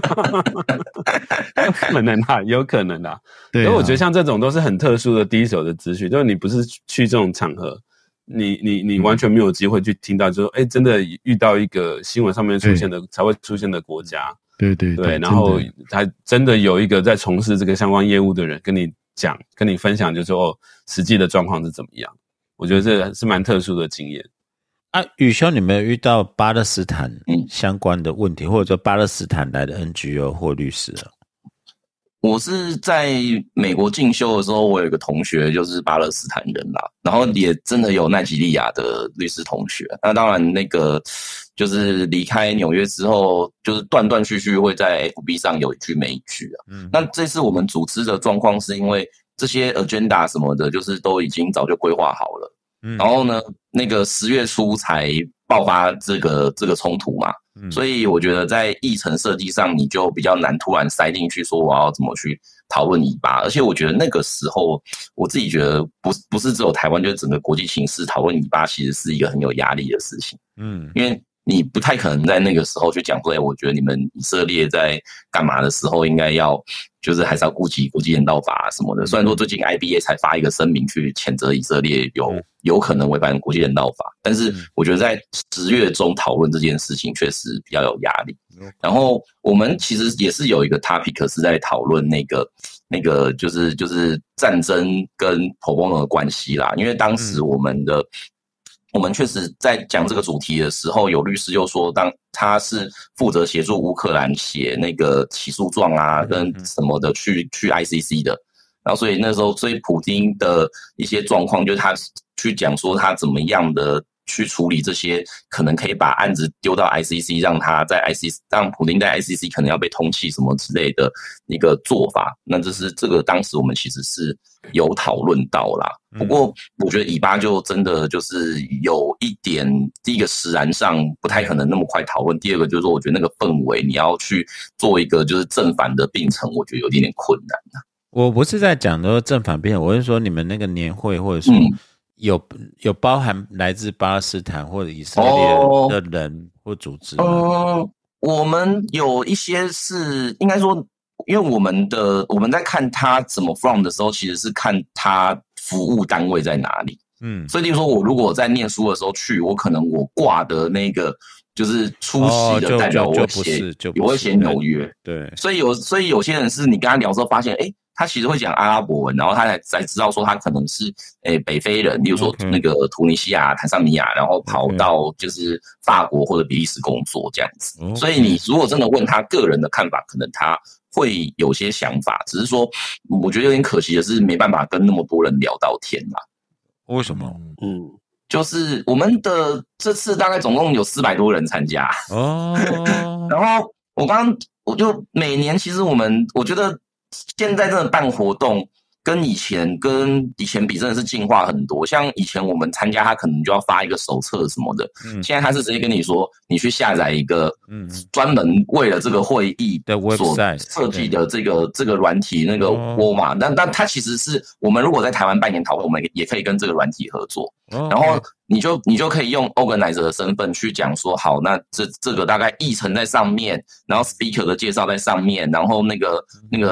有可能啊。对，因为我觉得像这种都是很特殊的第一手的资讯，就是你不是去这种场合，你完全没有机会去听到，就是说，真的遇到一个新闻上面出现的才会出现的国家。对，然后他真的有一个在从事这个相关业务的人跟你讲、跟你分享，就是说实际的状况是怎么样。我觉得这是蛮特殊的经验。 宇修，你们有遇到巴勒斯坦相关的问题，或者说巴勒斯坦来的 NGO 或律师啊？ 我是在美国进修的时候，我有一个同学就是巴勒斯坦人啦，然后也真的有奈及利亚的律师同学。那当然，那个就是离开纽约之后，就是断断续续会在 FB 上有一句没一句啊。那这次我们组织的状况是因为这些 agenda 什么的，就是都已经早就规划好了。然后呢，那个10月初才爆发这个冲突嘛。所以我觉得在议程设计上，你就比较难突然塞进去说我要怎么去讨论以巴，而且我觉得那个时候我自己觉得不是只有台湾，就是整个国际形势讨论以巴其实是一个很有压力的事情。因为你不太可能在那个时候去讲说，我觉得你们以色列在干嘛的时候，应该要就是还是要顾及国际人道法什么的。虽然说最近 IBA 才发一个声明去谴责以色列有可能违反国际人道法，但是我觉得在10月中讨论这件事情确实比较有压力。然后我们其实也是有一个 topic 是在讨论那个就是战争跟 pro bono 的关系啦，因为当时我们确实在讲这个主题的时候，有律师又说，当他是负责协助乌克兰写那个起诉状啊，跟什么的去 ICC 的，然后所以那时候，所以普丁的一些状况，就是他去讲说他怎么样的去处理这些，可能可以把案子丢到 ICC， 让普丁在 ICC 可能要被通缉什么之类的一个做法。那这个当时我们其实是有讨论到啦。不过我觉得以巴就真的就是有一点，第一个实然上不太可能那么快讨论，第二个就是说我觉得那个氛围你要去做一个就是正反的并存，我觉得有点困难啊。 我不是在讲说正反并存，我是说你们那个年会或者说有包含来自巴勒斯坦或者以色列的人或组织吗？ 我们有一些是应该说，因为我们在看他怎么 from 的时候，其实是看他服务单位在哪里。所以例如说我如果在念书的时候去，我可能我挂的那个就是出席的代表，我会写纽约。 对， 所以有些人是你跟他聊的时候发现，他其实会讲阿拉伯文，然后他才知道说他可能是北非人，例如说那个突尼西亚、坦桑尼亚，然后跑到就是法国或者比利时工作这样子。所以你如果真的问他个人的看法，可能他会有些想法，只是说我觉得有点可惜的是没办法跟那么多人聊到天啦。 为什么？ 就是我们的这次大概总共有400多人参加然后我就每年其实我觉得现在真的办活动跟以前比真的是进化很多。像以前我们参加，他可能就要发一个手册什么的，现在他是直接跟你说，你去下载一个专门为了这个会议所设计的这个软体那个窝嘛。但它其实是我们如果在台湾办研讨会，我们也可以跟这个软体合作。然后你就可以用 organizer 的身份去讲说，好，那这个大概议程在上面，然后 speaker 的介绍在上面，然后那个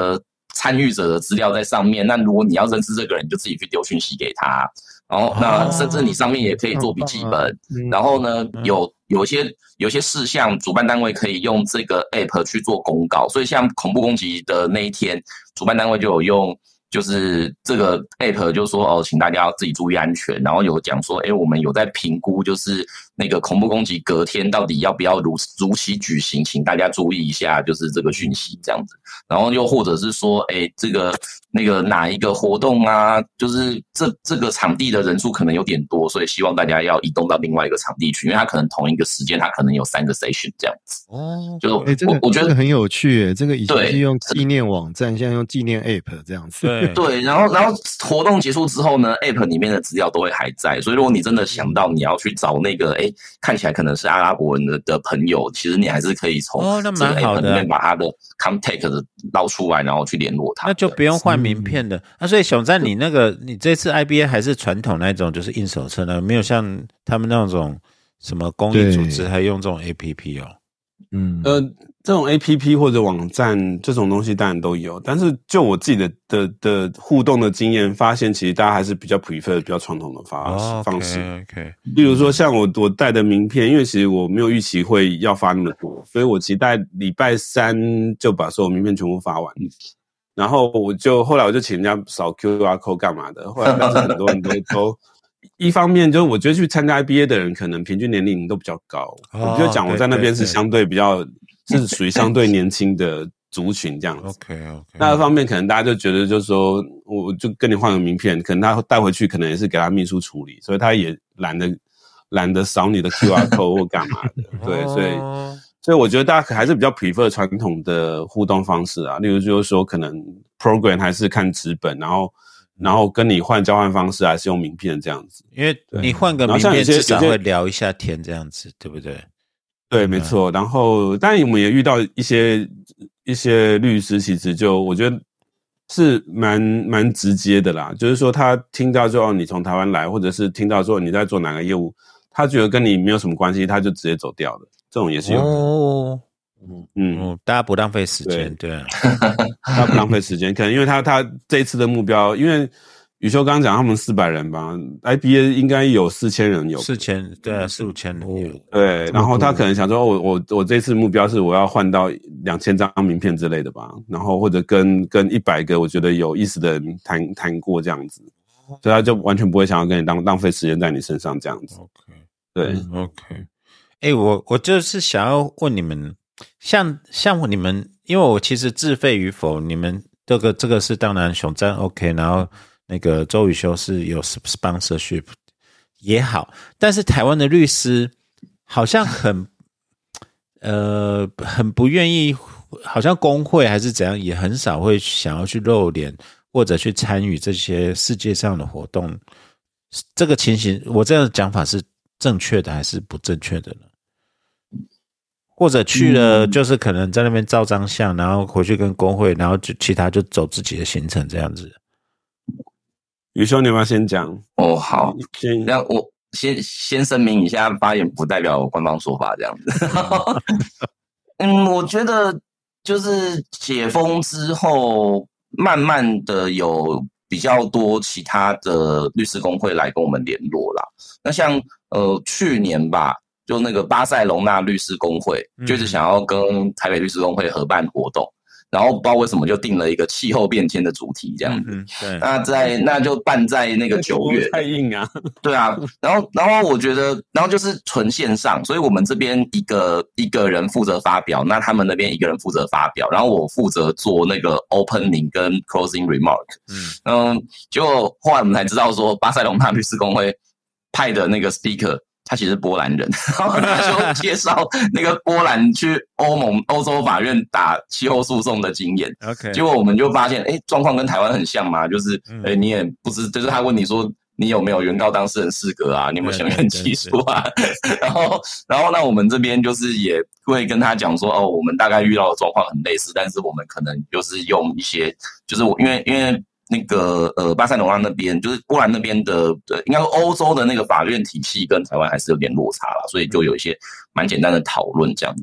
参与者的资料在上面。那如果你要认识这个人，你就自己去丢讯息给他。然后那甚至你上面也可以做笔记本。然后呢，有些事项，主办单位可以用这个 app 去做公告。所以像恐怖攻击的那一天，主办单位就有用。就是这个 app 就说请大家要自己注意安全，然后有讲说，我们有在评估，就是那个恐怖攻击隔天到底要不要如期举行，请大家注意一下，就是这个讯息这样子。然后又或者是说，这个那个哪一个活动啊，就是这个场地的人数可能有点多，所以希望大家要移动到另外一个场地去，因为它可能同一个时间，它可能有3个 session 这样子。就我觉得很有趣这个以前是用纪念网站，现在用纪念 app 这样子。 对，然后活动结束之后呢 ，app 里面的资料都会还在，所以如果你真的想到你要去找那个看起来可能是阿拉伯人的朋友，其实你还是可以从这个 app 里面把他的 contact 捞出来，然后去联络他。 那就不用换名片的。所以熊赞，你这次 IBA 还是传统那种，就是印手册呢，没有像他们那种什么公益组织还用这种 APP 这种 APP 或者网站这种东西当然都有，但是就我自己的互动的经验发现，其实大家还是比较 prefer 比较传统的方式。 Okay. 例如说像我带的名片，因为其实我没有预期会要发那么多，所以我期待礼拜3就把所有名片全部发完。然后后来我就请人家扫 QR code 干嘛的，后来但是很多人都一方面就是我觉得去参加 IBA 的人可能平均年龄都比较高，我就讲我在那边是相对比较是属于相对年轻的族群这样子。 OK。 那方面可能大家就觉得就是说，我就跟你换个名片，可能他带回去可能也是给他秘书处理，所以他也懒得扫你的 QR code 或干嘛的。对，所以我觉得大家还是比较 prefer 传统的互动方式啊，例如就是说可能 program 还是看纸本，然后跟你换交换方式还是用名片这样子。 因为你换个名片至少会聊一下天这样子，对不对？ 对，没错。然后当然我们也遇到一些律师，其实就我觉得是蛮直接的啦，就是说他听到说你从台湾来，或者是听到说你在做哪个业务，他觉得跟你没有什么关系，他就直接走掉了，这种也是有的。 大家不浪费时间，对啊， 他不浪费时间，可能因为他这一次的目标，因为宇修刚刚讲他们400人吧 ，IBA 应该有4000人有 4000，对啊，4-5千人有。 对，然后他可能想说，我这次目标是我要换到2000张名片之类的吧，然后或者跟100个我觉得有意思的人谈过这样子，所以他就完全不会想要跟你浪费时间在你身上这样子。 OK， 对 ，OK。我就是想要问你们，像你们，因为我其实自费与否，你们这个是当然熊赞 OK， 然后那个周宇修是有 sponsorship 也好，但是台湾的律师好像很不愿意，好像工会还是怎样，也很少会想要去露脸或者去参与这些世界上的活动。这个情形，我这样的讲法是正确的还是不正确的呢？或者去了就是可能在那边照张相，然后回去跟工会，然后就其他就走自己的行程这样子。 宇修，你要不要先讲？ 好，那我先声明一下，发言不代表官方说法这样子。我觉得就是解封之后，慢慢的有比较多其他的律师工会来跟我们联络啦。那像去年吧，就那个巴塞隆纳律师工会，就是想要跟台北律师工会合办活动。然后不知道为什么就定了一个气候变迁的主题这样子，对，那就办在那个9月， 太硬啊， 对啊，然后我觉得，然后就是纯线上，所以我们这边一个人负责发表，那他们那边一个人负责发表，然后我负责做那个 opening 跟 closing remark，结果后来我们才知道说，巴塞隆纳律师工会派的那个 speaker。他其实是波兰人，然后他就介绍那个波兰去欧洲法院打气候诉讼的经验。 OK， 结果我们就发现，状况跟台湾很像嘛，就是你也不知，就是他问你说你有没有原告当事人适格啊，你有没有相愿起诉啊？然后那我们这边就是也会跟他讲说，我们大概遇到的状况很类似，但是我们可能就是用一些，就是因为。那个巴塞罗那那边就是波兰那边的，应该说欧洲的那个法院体系跟台湾还是有点落差啦，所以就有一些蛮简单的讨论这样子。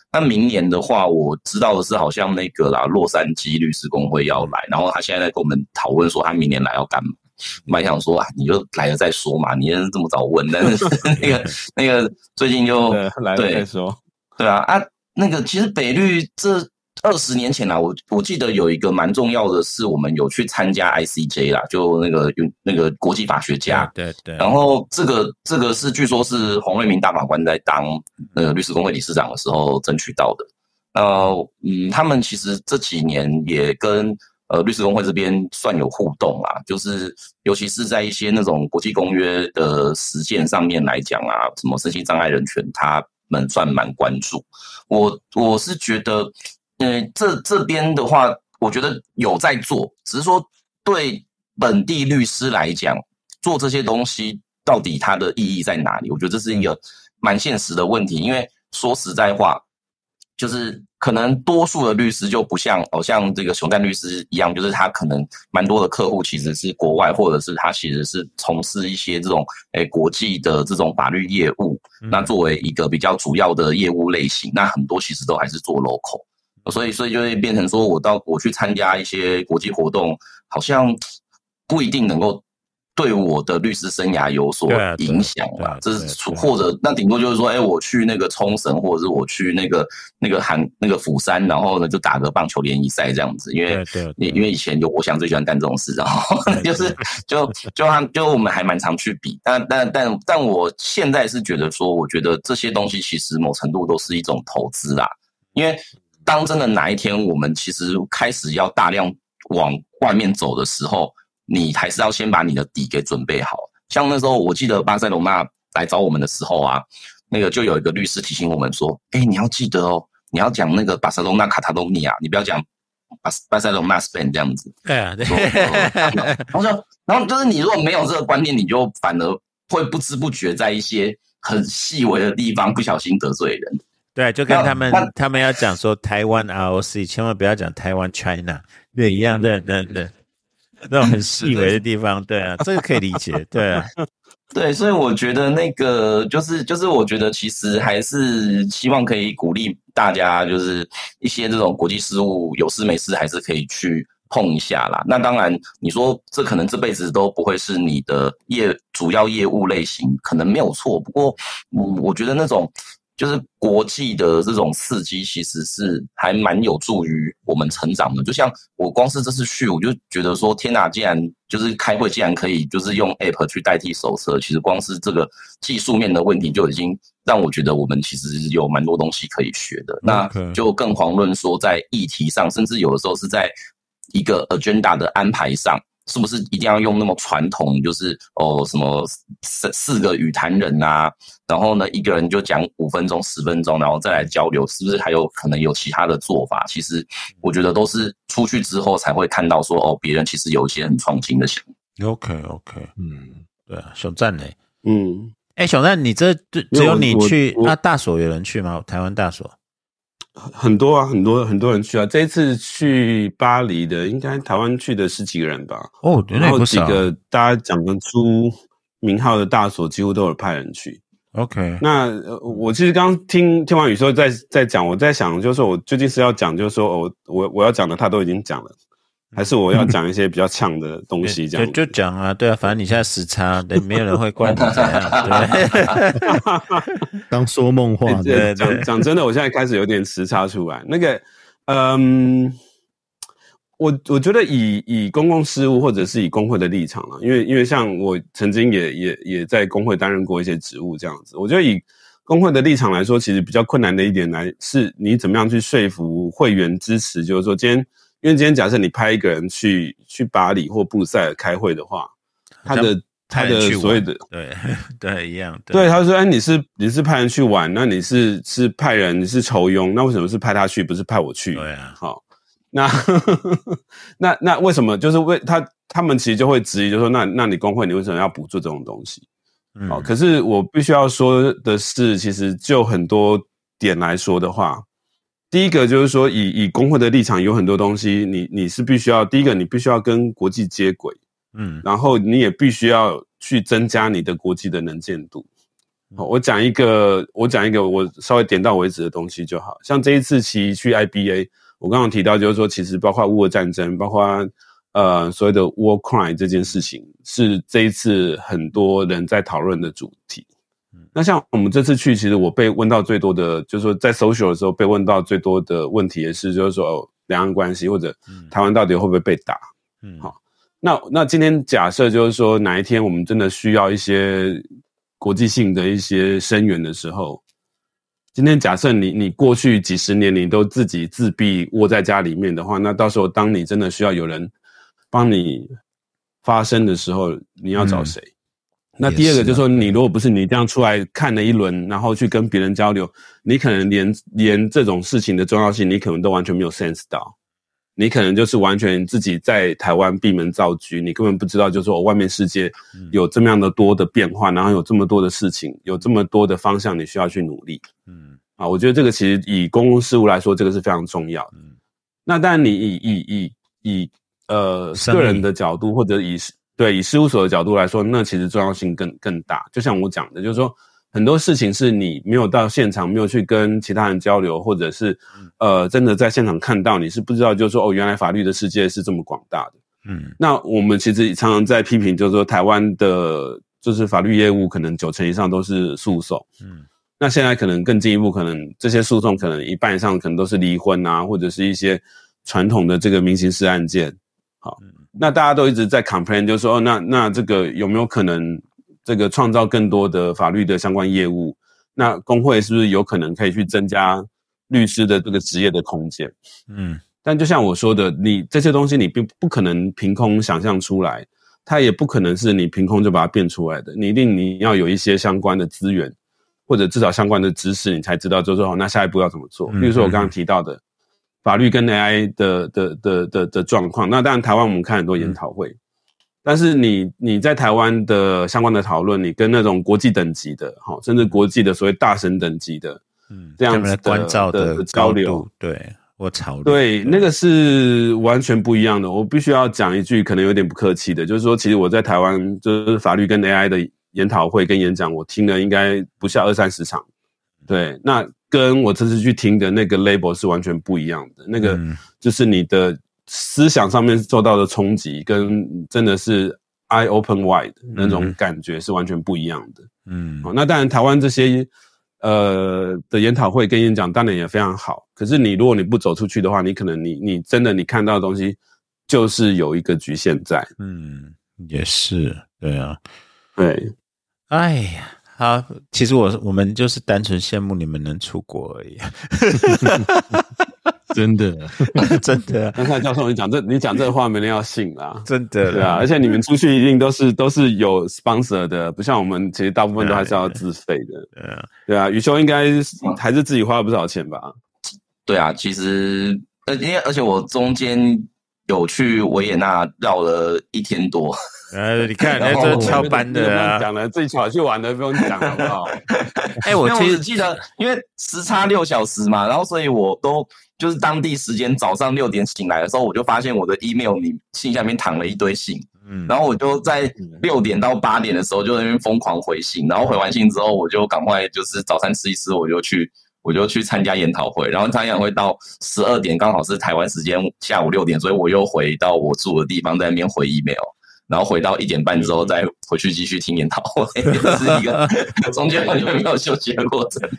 那明年的话，我知道的是好像那个洛杉矶律师公会要来，然后他现在在跟我们讨论说他明年来要干嘛。蛮想说你就来了再说嘛，你这么早问，但是那个最近就来了再说。 对啊，那个其实北律这20年前啦，我记得有一个蛮重要的是，我们有去参加 ICJ 啦，就那个国际法学家， 对。 然后这个是据说是洪瑞明大法官在当律师公会理事长的时候争取到的。他们其实这几年也跟律师公会这边算有互动啦，就是尤其是在一些那种国际公约的实践上面来讲啊，什么身心障碍人权，他们算蛮关注。我是觉得，这边的话，我觉得有在做，只是说对本地律师来讲，做这些东西到底它的意义在哪里？我觉得这是一个蛮现实的问题，因为说实在话，就是可能多数的律师就不像这个熊赞律师一样，就是他可能蛮多的客户其实是国外，或者是他其实是从事一些这种国际的这种法律业务。那作为一个比较主要的业务类型，那很多其实都还是做 local， 所以就会变成说我去参加一些国际活动，好像不一定能够对我的律师生涯有所影响啦，这是或者那顶多就是说，我去那个冲绳，或者是我去那个釜山，然后呢就打个棒球联谊赛这样子，因为以前我想最喜欢干这种事，然后就我们还蛮常去比，但我现在是觉得说，我觉得这些东西其实某程度都是一种投资啦，因为当真的哪一天我们其实开始要大量往外面走的时候，你还是要先把你的底给准备好。像那时候我记得巴塞隆纳来找我们的时候啊，那个就有一个律师提醒我们说，你要记得哦，你要讲那个巴塞隆纳卡塔隆尼亚，你不要讲巴塞隆纳 Spain 这样子。 对啊，对。 然后就是你如果没有这个观念，你就反而会不知不觉在一些很细微的地方不小心得罪人。 对，就跟他们要讲说台湾 ROC， 千万不要讲台湾 China， 对，一样的，对。那种很细微的地方，对啊，这个可以理解，对啊， 对，所以我觉得那个就是我觉得其实还是希望可以鼓励大家，就是一些这种国际事务有事没事还是可以去碰一下啦。那当然，你说这可能这辈子都不会是你的主要业务类型，可能没有错。不过，我觉得那种就是国际的这种刺激，其实是还蛮有助于我们成长的。就像我光是这次去，我就觉得说，天哪！既然就是开会，竟然可以就是用 App 去代替手册，其实光是这个技术面的问题，就已经让我觉得我们其实有蛮多东西可以学的。那就更遑论说在议题上，甚至有的时候是在一个 agenda 的安排上。是不是一定要用那么传统，就是什么四个语坛人啊，然后呢一个人就讲5分钟10分钟，然后再来交流，是不是还有可能有其他的做法？其实我觉得都是出去之后才会看到说别人其实有一些很创新的想法。 OK， 对啊，熊赞嘞，熊赞，你这只有你去，那大所有人去吗？台湾大所？ 很多啊，很多人去啊！这一次去巴黎的，应该台湾去的10几个人吧。 然后几个大家讲得出名号的大所，几乎都有派人去。 OK， 那我其实刚听完宇说在讲，我在想，就是说我究竟是要讲，就是说我要讲的他都已经讲了，还是我要讲一些比较呛的东西？这样就讲啊，对啊，反正你现在时差，对，没有人会怪你怎样，对。 刚说梦话， 对， 讲真的，我现在开始有点时差出来。那个，我觉得以公共事务或者是以工会的立场啦，因为像我曾经也在工会担任过一些职务这样子，我觉得以工会的立场来说，其实比较困难的一点是你怎么样去说服会员支持，就是说因为今天假设你派一个人去巴黎或布鲁塞尔开会的话，他的所谓的对一样， 对他说你是派人去玩，那你是派人，你是酬庸，那为什么是派他去不是派我去？ 对啊， 好，那为什么就是他们其实就会质疑，就说那你工会你为什么要补助这种东西？好，可是我必须要说的是，其实就很多点来说的话，第一个就是说以工会的立场，有很多东西你是必须要，第一个你必须要跟国际接轨，然后你也必须要去增加你的国际的能见度。 我讲一个我稍微点到为止的东西就好。像这一次去 IBA， 我刚刚提到就是说，其实包括乌俄战争，包括所谓的 war crime 这件事情，是这一次很多人在讨论的主题。那像我们这次去，其实我被问到最多的，就是说在 social 的时候被问到最多的问题，也是就是说两岸关系或者台湾到底会不会被打？好，那今天假设就是说哪一天我们真的需要一些国际性的一些声援的时候，今天假设你过去几十年你都自己自闭窝在家里面的话，那到时候当你真的需要有人帮你发声的时候，你要找谁？那第二个就是说，你如果不是你这样出来看了一轮，然后去跟别人交流，你可能连这种事情的重要性，你可能都完全没有 sense 到。你可能就是完全自己在台湾闭门造车，你根本不知道就是说外面世界有这么样的多的变化，然后有这么多的事情，有这么多的方向你需要去努力。我觉得这个其实以公共事务来说，这个是非常重要的。那当然你以个人的角度或者以事务所的角度来说，那其实重要性更大。就像我讲的，就是说很多事情是你没有到现场，没有去跟其他人交流，或者是真的在现场看到，你是不知道就是说原来法律的世界是这么广大的。那我们其实常常在批评就是说台湾的就是法律业务可能90%以上都是诉讼。那现在可能更进一步，可能这些诉讼可能一半以上可能都是离婚啊，或者是一些传统的这个民刑事案件。好，那大家都一直在 complain， 就是说那这个有没有可能这个创造更多的法律的相关业务？那工会是不是有可能可以去增加律师的这个职业的空间？但就像我说的，你这些东西你并不可能凭空想象出来，它也不可能是你凭空就把它变出来的，你要有一些相关的资源，或者至少相关的知识，你才知道就是说那下一步要怎么做。比如说我刚刚提到的法律跟 AI 的状况，那当然台湾我们看很多研讨会，但是你在台湾的相关的讨论，你跟那种国际等级的，甚至国际的所谓大神等级的，这样子的关照的交流， 对，我讨论， 对，那个是完全不一样的。我必须要讲一句可能有点不客气的，就是说其实我在台湾就是法律跟 AI 的研讨会跟演讲，我听了应该不下20-30场。对，那跟我这次去听的那个 label 是完全不一样的，那个就是你的思想上面受到的冲击跟真的是 eye open wide 那种感觉是完全不一样的。那当然台湾这些的研讨会跟演讲当然也非常好，可是如果你不走出去的话，你可能你真的你看到的东西就是有一个局限在。 也是，对啊， 对， 哎呀。好，其实我们就是单纯羡慕你们能出国而已。 真的真的。 刚才教授你讲这个话没人要信啦， 真的。 对啊，而且你们出去一定都是有 sponsor 的，不像我们其实大部分都还是要自费的。对啊，宇修应该还是自己花了不少钱吧？ 对啊，其实而且我中间有去维也纳绕了1天多。 你看，这翘班的啊， 讲了自己跑去玩的不用讲好不好？ 我其实记得，因为时差6小时嘛，然后所以我都就是当地时间早上6点醒来的时候，我就发现我的 email 信箱里面躺了一堆信，然后我就在6点到8点的时候就在那边疯狂回信，然后回完信之后，我就赶快就是早餐吃一吃，我就去参加研讨会，然后参加研讨会到12点，刚好是台湾时间下午6点，所以我又回到我住的地方，在那边回 email。然后回到1点半之后，再回去继续听研讨会，是一个中间完全没有休息的过程。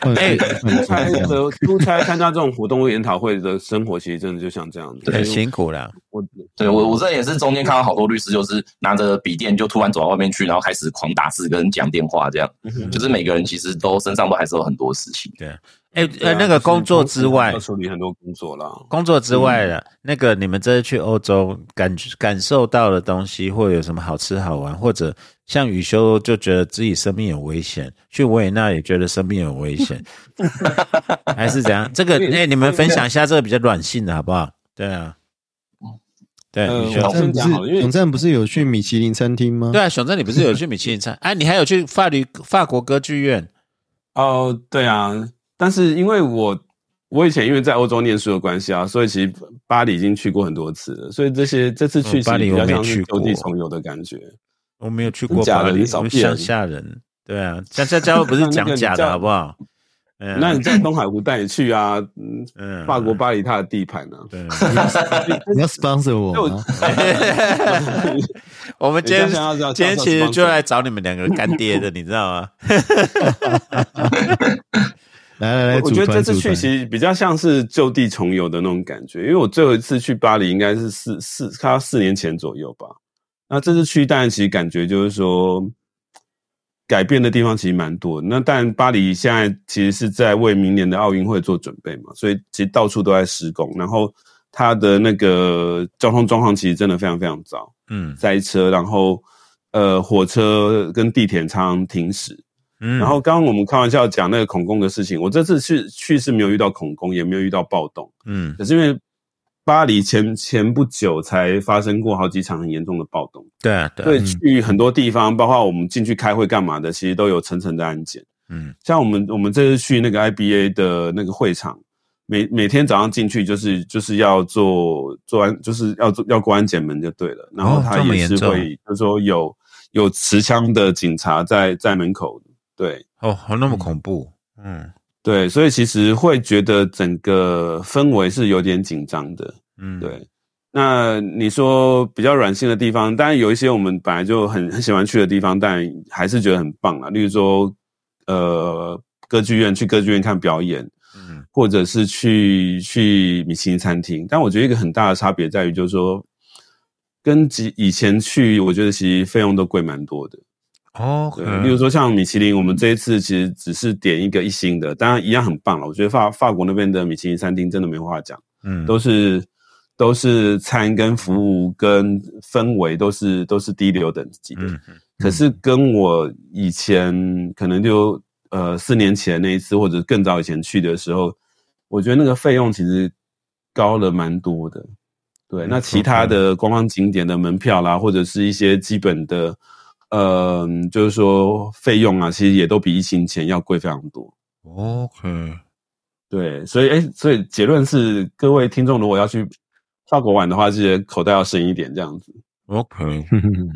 出差参加这种活动研讨会的生活，其实真的就像这样子， 很辛苦啦。 我这也是中间看到好多律师，就是拿着笔电就突然走到外面去，然后开始狂打字跟讲电话，这样，就是每个人其实都身上都还是有很多事情。 对。那个工作之外， 要处理很多工作啦。 工作之外的，那个你们这次去欧洲感受到的东西，或有什么好吃好玩，或者像宇修就觉得自己生命有危险，去维也纳也觉得生命有危险，还是怎样？这个你们分享一下这个比较软性的好不好？对啊，对， 熊赞不是有去米其林餐厅吗？ 对啊，熊赞你不是有去米其林餐？你还有去法国歌剧院？ 哦，对啊。但是因为我以前因为在欧洲念书的关系啊，所以其实巴黎已经去过很多次了，所以这次去其实比较像是就地重游的感觉。 我没有去过巴黎，我乡下人。 对啊，像嘉惠不是讲假的好不好？ 那你在东海湖带你去啊，法国巴黎它的地盘呢？ 对， 你要 sponsor 我吗？ 我们今天其实就来找你们两个干爹的，你知道吗？ 来， 我觉得这次去其实比较像是就地重游的那种感觉，因为我最后一次去巴黎应该是4年前左右吧。那这次去当然其实感觉就是说改变的地方其实蛮多的。那但巴黎现在其实是在为明年的奥运会做准备嘛，所以其实到处都在施工，然后它的那个交通状况其实真的非常非常糟，塞车，然后火车跟地铁常常停驶。然后刚刚我们开玩笑讲那个恐攻的事情，我这次去是没有遇到恐攻，也没有遇到暴动，可是因为巴黎前不久才发生过好几场很严重的暴动， 对啊， 所以去很多地方，包括我们进去开会干嘛的，其实都有层层的安检，像我们这次去那个 IBA 的那个会场，每天早上进去就是要做安，就是要过安检门就对了，然后他也是会就是说有持枪的警察在门口。对那么恐怖， 对，所以其实会觉得整个氛围是有点紧张的，对。那你说比较软性的地方，当然有一些我们本来就很喜欢去的地方，但还是觉得很棒啦。例如说，歌剧院，去歌剧院看表演，或者是去米其林餐厅。但我觉得一个很大的差别在于，就是说，跟以前去，我觉得其实费用都贵蛮多的。对，例如说像米其林，我们这一次其实只是点一星的，当然一样很棒了。我觉得法国那边的米其林餐厅真的没话讲，都是餐跟服务跟氛围都是第一流等级的。可是跟我以前可能就4年前那一次，或者更早以前去的时候，我觉得那个费用其实高了蛮多的。对，那其他的观光景点的门票啦，或者是一些基本的。就是说费用啊，其实也都比疫情前要贵非常多。 OK， 对，所以结论是，各位听众如果要去法国玩的话，记得口袋要深一点，这样子。 OK，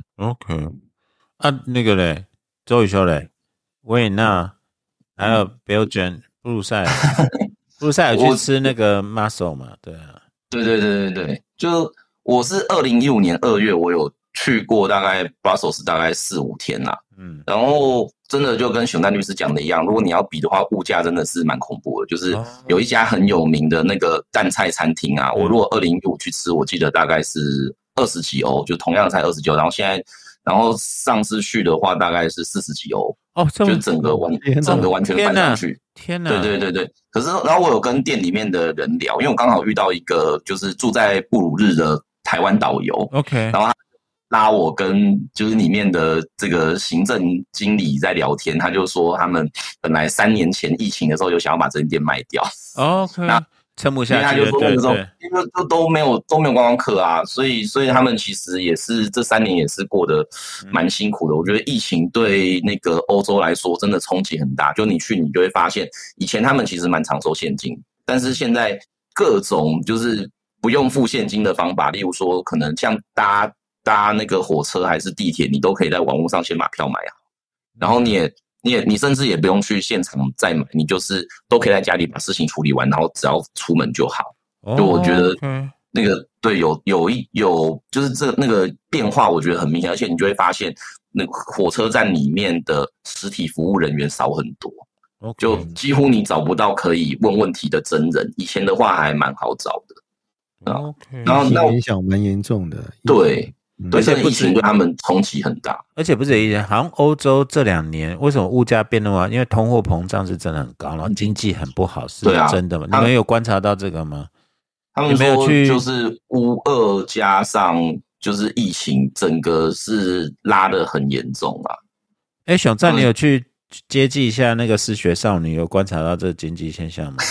啊，那个嘞，周宇修嘞，维也纳还有 Belgium 布鲁塞尔有去吃那个 mussel 嘛？对啊， 对，就我是2015年2月，我有去过大概 Brussels 大概4-5天啦，然后真的就跟熊丹律师讲的一样，如果你要比的话，物价真的是蛮恐怖的。就是有一家很有名的那个淡菜餐厅啊，我如果2015去吃，我记得大概是20几欧，就同样才20几欧，然后上次去的话大概是40几欧，就整个完全翻上去。 天哪！ 对。可是然后我有跟店里面的人聊，因为我刚好遇到一个就是住在布鲁日的台湾导游 ，OK， 然后他拉我跟就是里面的这个行政经理在聊天，他就说他们本来3年前疫情的时候就想要把这间店卖掉 ，OK， 那撑不下去了， 对，因为都没有观光客啊，所以他们其实也是这3年也是过得蛮辛苦的。我觉得疫情对那个欧洲来说真的冲击很大，就你去你就会发现，以前他们其实蛮常收现金，但是现在各种就是不用付现金的方法，例如说可能像搭那个火车还是地铁，你都可以在网络上先把票买好，然后你甚至也不用去现场再买，你就是都可以在家里把事情处理完，然后只要出门就好。就我觉得那个对有就是那个变化，我觉得很明显，而且你就会发现那个火车站里面的实体服务人员少很多，就几乎你找不到可以问问题的真人。以前的话还蛮好找的。 然后那影响蛮严重的。 对。而且疫情对他们冲击很大， 而且不止疫情，好像欧洲这2年为什么物价变那么？因为通货膨胀是真的很高，然后经济很不好，是真的吗？你们有观察到这个吗？ 他们说就是乌俄加上就是疫情，整个是拉得很严重啊。 熊赞，你有去接济一下那个失学少女，有观察到这经济现象吗？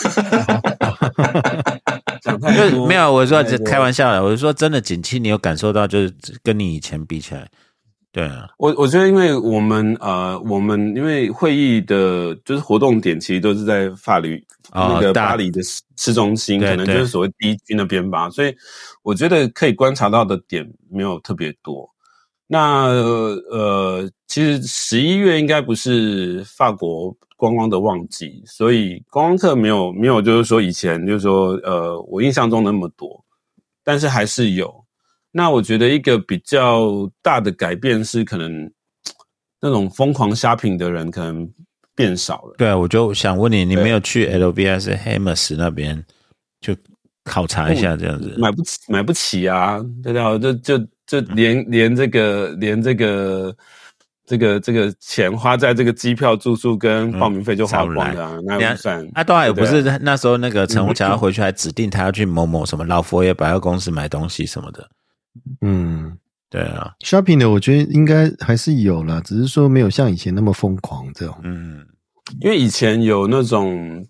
就没有，我说开玩笑的，我是说真的景气，你有感受到就是跟你以前比起来，对啊。 我觉得因为我们因为会议的就是活动点其实都是在那个巴黎的市中心，可能就是所谓第一区那边吧，所以我觉得可以观察到的点没有特别多。 那其实11月应该不是法国观光的旺季，所以观光客没有就是说以前就是说我印象中那么多，但是还是有。那我觉得一个比较大的改变是可能那种疯狂 shopping 的人可能变少了。 对啊，我就想问你没有去 LVS Hermès 那边就考察一下这样子？ 买不起啊，对啊，就连这个钱花在这个机票、住宿跟报名费就花光了啊，那也不算。 当然也不是那时候那个陈宏强要回去还指定他要去某什么老佛爷百货公司买东西什么的。对啊 ，shopping 的我觉得应该还是有啦，只是说没有像以前那么疯狂这种。 因为以前有那种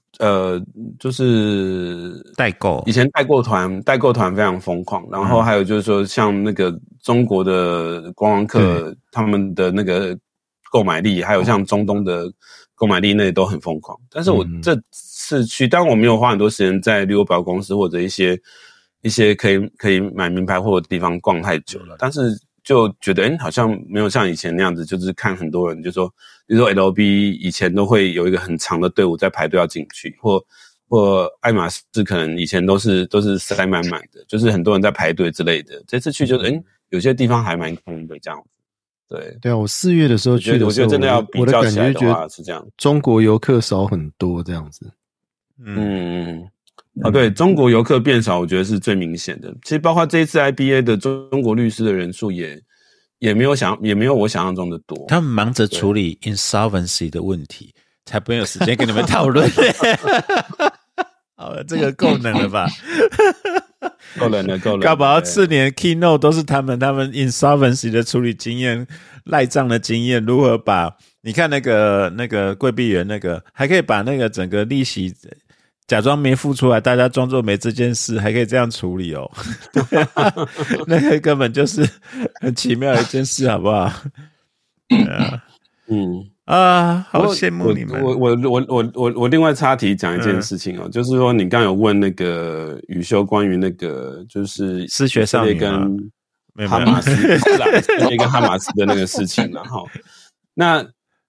就是代购， 以前代购团非常疯狂，然后还有就是说像那个中国的观光客他们的那个购买力，还有像中东的购买力，那也都很疯狂。但是我这次去，当然我没有花很多时间在旅游百货公司或者一些可以买名牌货的地方逛太久了，但是就觉得好像没有像以前那样子，就是看很多人就说，比如说 LV 以前都会有一个很长的队伍在排队要进去，或爱马仕可能以前都是塞满满的，就是很多人在排队之类的。这次去就是有些地方还蛮空的这样子。 对啊，我4月的时候去的时候， 我觉得真的要比较起来的话是这样， 中国游客少很多这样子。 对，中国游客变少，我觉得是最明显的。其实包括这一次 IBA 的中国律师的人数也没有我想象中的多。 他们忙着处理 insolvency 的问题，才不会有时间跟你们讨论。好了，这个够冷了吧？ 够冷了。 搞不好次年 keynote 都是他们 insolvency 的处理经验、赖账的经验，如何把你看那个贵币员那个，还可以把那个整个利息假装没付出来，大家装作没这件事，还可以这样处理哦。那个根本就是很奇妙的一件事，好不好？好羡慕你们。 我另外插题讲一件事情就是说你刚有问那个宇修关于那个就是失学少女跟哈马斯跟哈马斯的那个事情然后那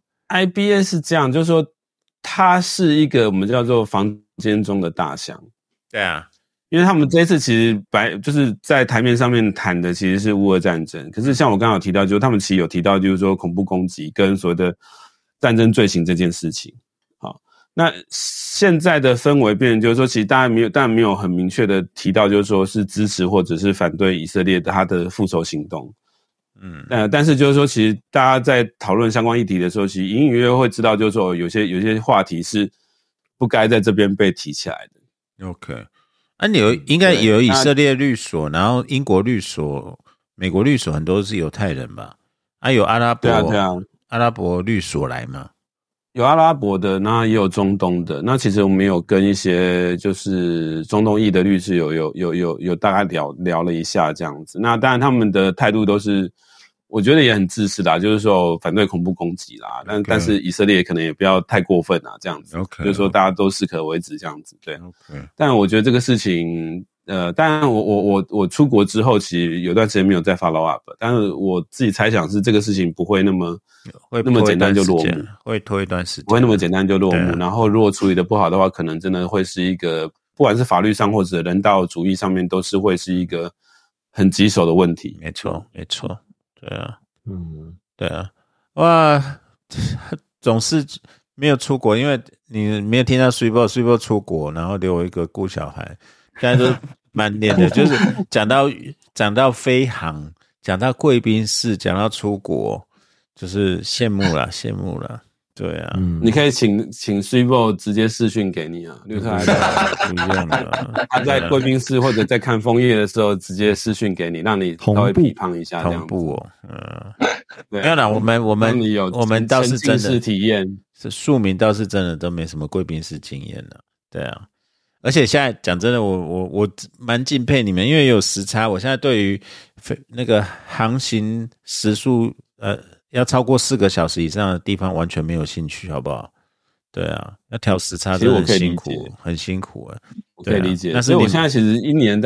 IBA 是这样，就是说它是一个我们叫做房间中的大象。 对啊， 因为他们这一次其实就是在台面上面谈的其实是乌俄战争，可是像我刚刚有提到，就是他们其实有提到就是说恐怖攻击跟所谓的战争罪行这件事情。好，那现在的氛围变成就是说，其实当然没有很明确的提到就是说是支持或者是反对以色列的他的复仇行动。但是就是说，其实大家在讨论相关议题的时候，其实隐隐约约会知道，就是说有些话题是不该在这边被提起来的。 OK， 你应该有以色列律所，然后英国律所、美国律所很多是犹太人吧？有阿拉伯， 对啊， 阿拉伯律所来吗？ 有阿拉伯的，那也有中东的。那其实我们有跟一些就是中东裔的律师有大概聊了一下这样子。那当然他们的态度都是，我觉得也很自私啦，就是说反对恐怖攻击啦。但是以色列可能也不要太过分啊，这样子。就是说大家都适可为止这样子，对。但我觉得这个事情，当然我出国之后，其实有段时间没有再 follow up， 但是我自己猜想是这个事情不会那么简单就落幕， 会拖一段时间， 不会那么简单就落幕。然后如果处理的不好的话，可能真的会是一个，不管是法律上或者人道主义上面，都是会是一个很棘手的问题。 没错，对啊，对啊，哇，总是没有出国，因为你没有听到 Super 出国，然后留我一个顾小孩，现在都蛮练的，就是讲到飞航，讲到贵宾室，讲到出国，就是羡慕了，对啊， 你可以请 Super 直接视讯给你啊，留下来不一样的， 他在贵宾室或者在看枫叶的时候，直接视讯给你，让你稍微批判一下，这样同步没有啦，我们倒是真的体验， 是庶民倒是真的都没什么贵宾室经验了，对啊。而且现在讲真的，我蛮敬佩你们，因为有时差。我现在对于那个航行时速要超过4个小时以上的地方完全没有兴趣，好不好？对啊，要调时差真的很辛苦，很辛苦我可以理解。但是我现在其实一年大概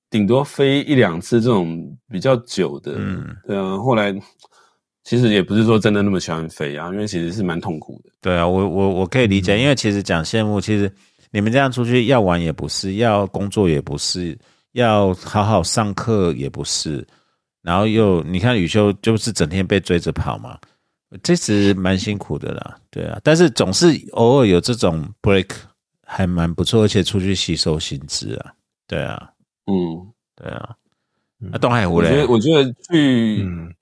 顶多飞1-2次这种比较久的，对啊，后来其实也不是说真的那么喜欢飞啊，因为其实是蛮痛苦的。 对啊，我可以理解，因为其实讲羡慕，其实你们这样出去要玩也不是，要工作也不是，要好好上课也不是，然后又你看宇修就是整天被追着跑嘛，这其实蛮辛苦的啦，对啊，但是总是偶尔有这种 break 还蛮不错，而且出去吸收新知啊，对啊，对啊，那东海湖嘞， 我觉得去，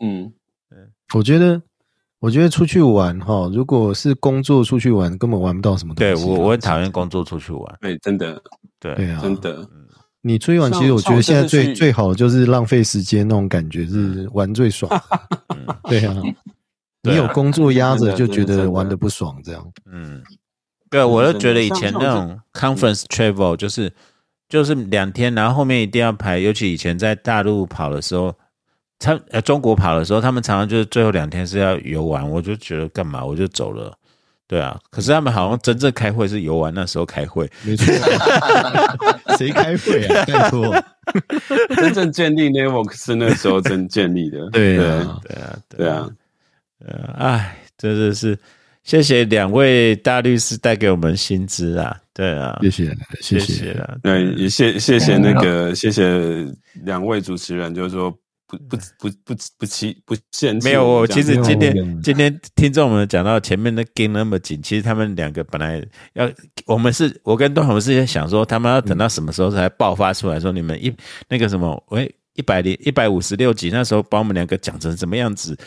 我觉得出去玩哈，如果是工作出去玩，根本玩不到什么东西。 对，我很讨厌工作出去玩。 对，真的， 对啊， 真的。 你出去玩，其实我觉得现在最好的就是浪费时间那种感觉，是玩最爽的。对啊，你有工作压着，就觉得玩得不爽这样。 对，我就觉得以前那种 conference travel 就是2天，然后后面一定要排，尤其以前在大陆跑的时候。中国跑的时候，他们常常就是最后2天是要游玩，我就觉得干嘛我就走了，对啊。可是他们好像真正开会是游玩那时候开会， 没错，谁开会啊？拜托， 真正建立 network 是那时候真建立的， 对啊， 哎，真的是谢谢2位大律师带给我们薪资啊，对啊， 谢谢啦， 对，也谢谢那个谢谢2位主持人，就是说。不嫌弃。 没有，我其实今天听众们讲到前面的跟那么紧，其实他们2个本来我跟东宏是想说，他们要等到什么时候才爆发出来，说你们那个什么156集那时候把我们2个讲成什么样子。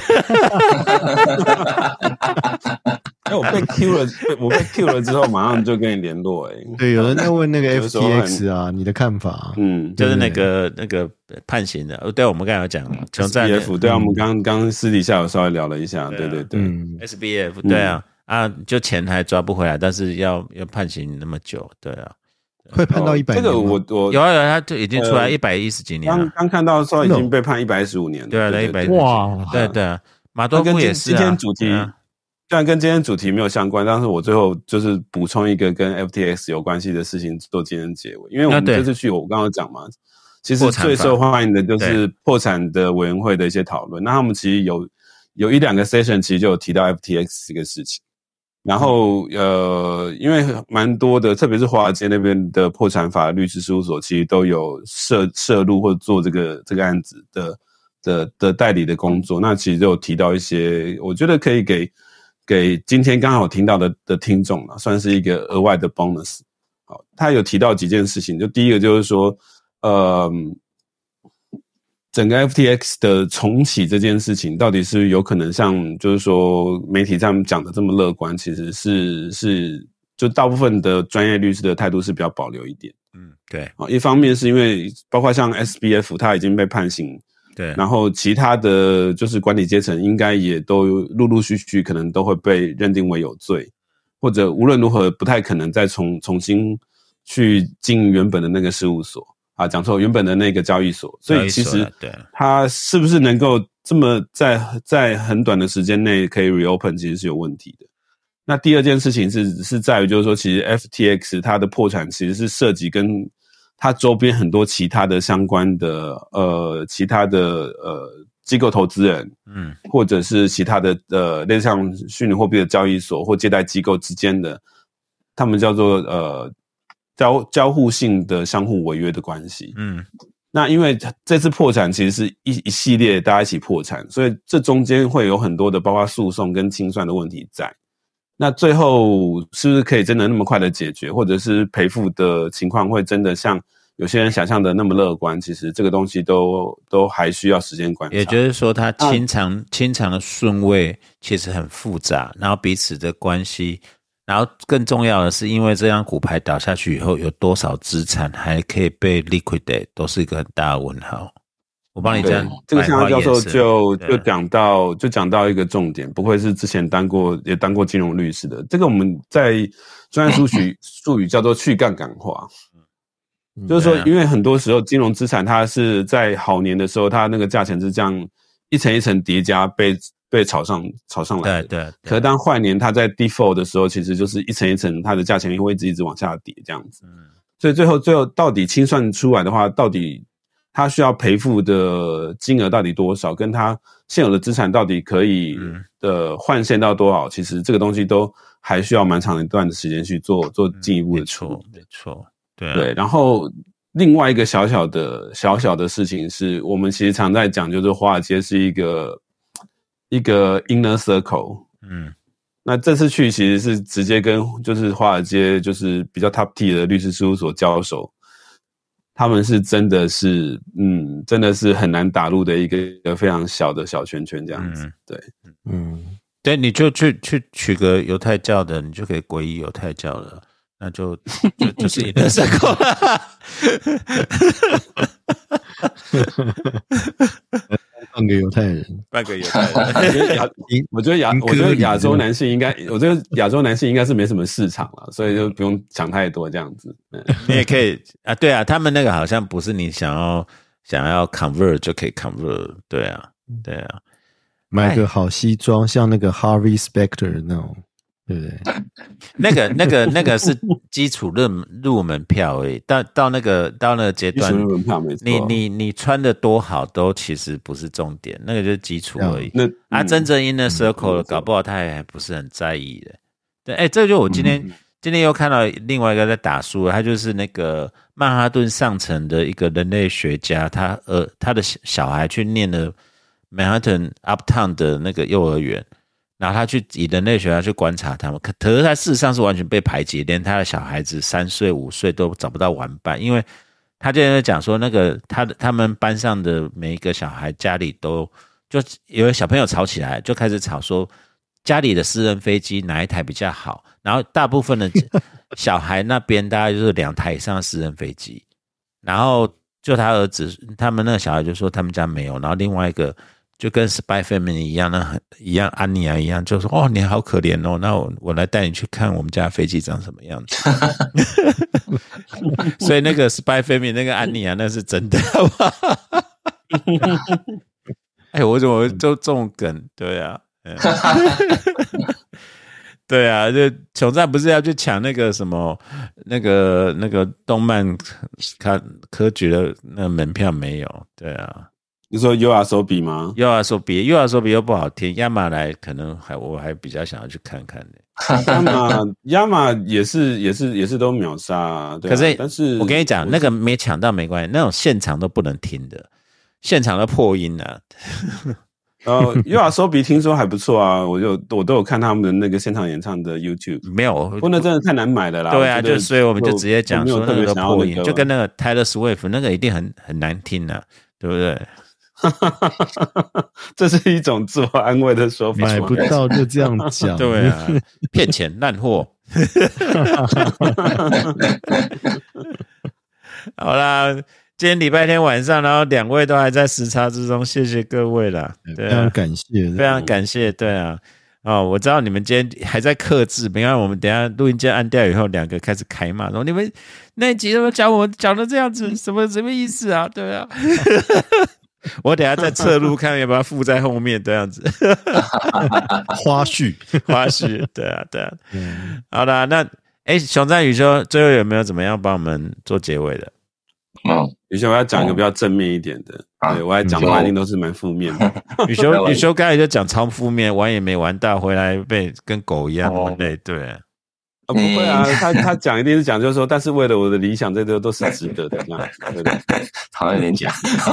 我被 Q 了之后，马上就跟你联络。 对，有人在问那个 FTX 啊，你的看法？ 就是那个判刑的。对，我们刚才有讲 SBF， 对啊，我们刚私底下有稍微聊了一下，对 ，SBF， 对啊，就钱还抓不回来，但是要判刑那么久，对啊。 会判到100年？ 这个我有，他就已经出来110几年了。 刚看到说已经被判115年。 对啊，110。 哇， 对啊，马多夫也是啊。 今天主题虽然跟今天主题没有相关，但是我最后就是补充一个跟 FTX 有关系的事情做今天结尾。因为我们这次去，我刚刚讲嘛，其实最受欢迎的就是破产的委员会的一些讨论。那他们其实有1-2个 session 其实就有提到 FTX 这个事情。然后因为蛮多的，特别是华尔街那边的破产法律师事务所，其实都有涉入或者做这个案子的代理的工作。那其实就有提到一些，我觉得可以给今天刚好听到的听众啦，算是一个额外的 bonus。好，他有提到几件事情，就第一个就是说，整个 FTX 的重启这件事情，到底是有可能像就是说媒体上讲的这么乐观，其实是就大部分的专业律师的态度是比较保留一点。 对。 一方面是因为包括像 SBF 他已经被判刑， 对， 然后其他的就是管理阶层应该也都陆陆续续可能都会被认定为有罪，或者无论如何不太可能再重新去经营原本的那个事务所。讲错，原本的那个交易所，所以其实它是不是能够这么在很短的时间内可以 reopen， 其实是有问题的。那第二件事情是在于，就是说，其实 FTX 它的破产其实是涉及跟它周边很多其他的相关的机构投资人，或者是其他的类似像虚拟货币的交易所或借贷机构之间的，他们叫做交互性的相互违约的关系。那因为这次破产其实是一系列大家一起破产，所以这中间会有很多的包括诉讼跟清算的问题在。那最后是不是可以真的那么快的解决，或者是赔付的情况会真的像有些人想象的那么乐观，其实这个东西都还需要时间观察。 也就是说它清偿的顺位其实很复杂，然后彼此的关系，然后更重要的是，因为这张骨牌倒下去以后，有多少资产还可以被 liquidate， 都是一个很大的问号。我帮你这样， 这个向教授就讲到一个重点，不愧是之前当过金融律师的。这个我们在专业术语叫做去杠杆化，就是说，因为很多时候金融资产它是在好年的时候，它那个价钱是这样一层一层叠加被炒上来的。 对。 可是当坏年它在 default 的时候，其实就是一层一层，它的价钱会一直往下跌这样子。 所以最后到底清算出来的话，到底他需要赔付的金额到底多少，跟他现有的资产到底可以换现到多少，其实这个东西都还需要蛮长一段的时间去做进一步的处理。 没错，对啊， 对。然后另外一个小小的事情是，我们其实常在讲，就是华尔街是一个 inner circle。那这次去其实是直接跟就是华尔街就是比较 top tier 的律师事务所交手，他们是真的是很难打入的一个非常小的小圈圈这样子。对， 对，你就去取个犹太教的，你就可以皈依犹太教了，那就是你的circle了。 半个犹太人， 我觉得亚洲男性应该，我觉得亚洲男性应该是没什么市场了，所以就不用想太多这样子。 你也可以啊，对啊，他们那个好像不是你想要 convert 就可以 convert， 对啊， 买个好西装，像那个 Harvey Specter 那种。对不对？ 那个是基础入门票而已，到那个阶段，你穿的多好都其实不是重点，那个就是基础而已。真正 inner circle 搞不好他也还不是很在意的。对，这就我今天又看到另外一个在打书，他就是那个曼哈顿上层的一个人类学家，他的小孩去念了 Manhattan Uptown 的那个幼儿园。然后他去以人类学家去观察他们，可是他事实上是完全被排挤，连他的小孩子3岁5岁都找不到玩伴，因为他就在讲说那个他们班上的每一个小孩家里都就有小朋友吵起来，就开始吵说家里的私人飞机哪一台比较好，然后大部分的小孩那边大概就是2台以上的私人飞机，然后就他儿子他们那个小孩就说他们家没有，然后另外一个就跟 Spy Family 一样，安妮啊一样，就说你好可怜哦，那我来带你去看我们家的飞机长什么样子。所以那个 Spy Family 那个安妮啊，那是真的，好不好？我怎么就这种梗？对啊，对啊，就熊赞不是要去抢那个什么那个动漫科局的那个门票没有？对啊。 你说 YOASOBI 吗？ YOASOBI 又不好听，亚马来可能我还比较想要去看看的。 亚马也是都秒杀啊，对啊，但是我跟你讲，那个没抢到没关系，那种现场都不能听的，现场都破音啊。 YOASOBI 听说还不错啊，我都有看他们的那个现场演唱的 YouTube。 没有， 不过那真的太难买了啦。 对啊，所以我们就直接讲说那个都破音，就跟那个 Taylor Swift 那个一定很难听啊，对不对？ 这是一种自我安慰的说法， 买不到就这样讲。 对啊，骗钱烂货。好啦，今天礼拜天晚上，然后2位都还在时差之中，谢谢各位啦，对啊， 非常感谢， 非常感谢，对啊。我知道你们今天还在克制，没关系，我们等一下录音键按掉以后，2个开始开骂，说你们那一集怎么讲我讲的这样子，什么意思啊？对啊。我等一下再侧录看要不要附在后面这样子。 花絮， 对啊。好的，那熊赞宇修最后有没有怎么样帮我们做结尾的？ 宇修我要讲一个比较正面一点的，对，我还讲的话一定都是蛮负面的。 宇修刚才就讲超负面，玩也没玩到，回来被跟狗一样累，对。 不会啊，他讲一定是讲，就是说，但是为了我的理想，这都是值得的，这样，对不对？ 好像有点假，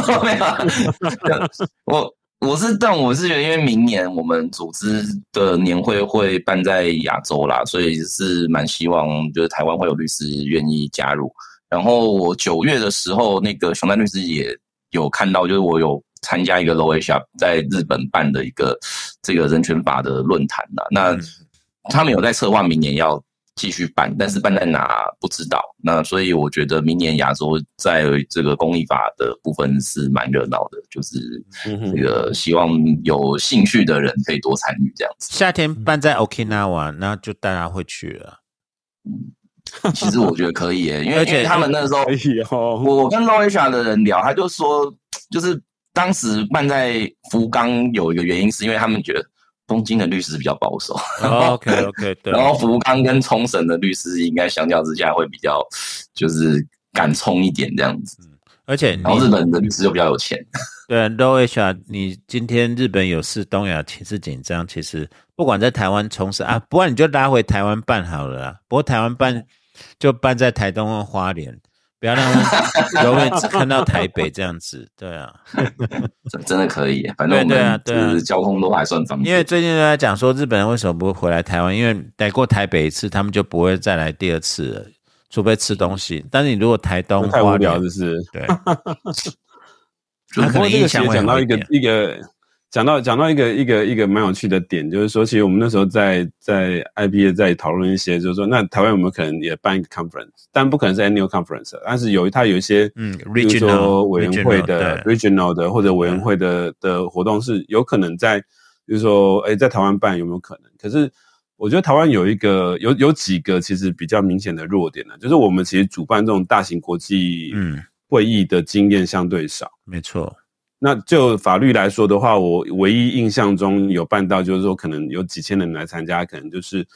但我是觉得，因为明年我们组织的年会办在亚洲啦，所以是蛮希望就是台湾会有律师愿意加入。然后我9月的时候，那个熊赞律师也有看到，就是我有参加一个 Law Asia 在日本办的一个这个人权法的论坛啦。那他们有在策划明年要继续办，但是办在哪不知道。那所以我觉得明年亚洲在这个公益法的部分是蛮热闹的，就是这个希望有兴趣的人可以多参与这样子。 夏天办在 Okinawa， 那就大家会去了。 其实我觉得可以耶，因为他们那时候，我跟 Law Asia 的人聊，他就说，就是当时办在福冈有一个原因，是因为他们觉得东京的律师比较保守。 OK， 对。 然后福冈跟冲绳的律师应该相较之下会比较就是敢冲一点这样子。 而且然后日本的律师就比较有钱。 对 ，Low HR， 你今天日本有事，东亚情势紧张，其实不管在台湾从事啊，不然你就拉回台湾办好了啦。不过台湾办就办在台东和花莲，不要让他们永远只看到台北这样子。对啊， 真的可以，反正我们就是交通都还算方便。 因为最近都在讲说日本人为什么不回来台湾，因为来过台北一次，他们就不会再来第二次了。除非吃东西，但是你如果台东太无聊，就是对。 他可能印象会讲到一个讲到一个蛮有趣的点，就是说，其实我们那时候在 IBA 在讨论一些，就是说，那台湾有没有可能也办一个 conference？ 但不可能是 annual conference， 但是它有一些比如说委员会的 regional 的或者委员会的活动是有可能在，比如说在台湾办有没有可能？可是我觉得台湾有几个其实比较明显的弱点呢，就是我们其实主办这种大型国际会议的经验相对少。 没错。 那就法律来说的话，我唯一印象中有办到，就是说可能有几千人来参加，可能就是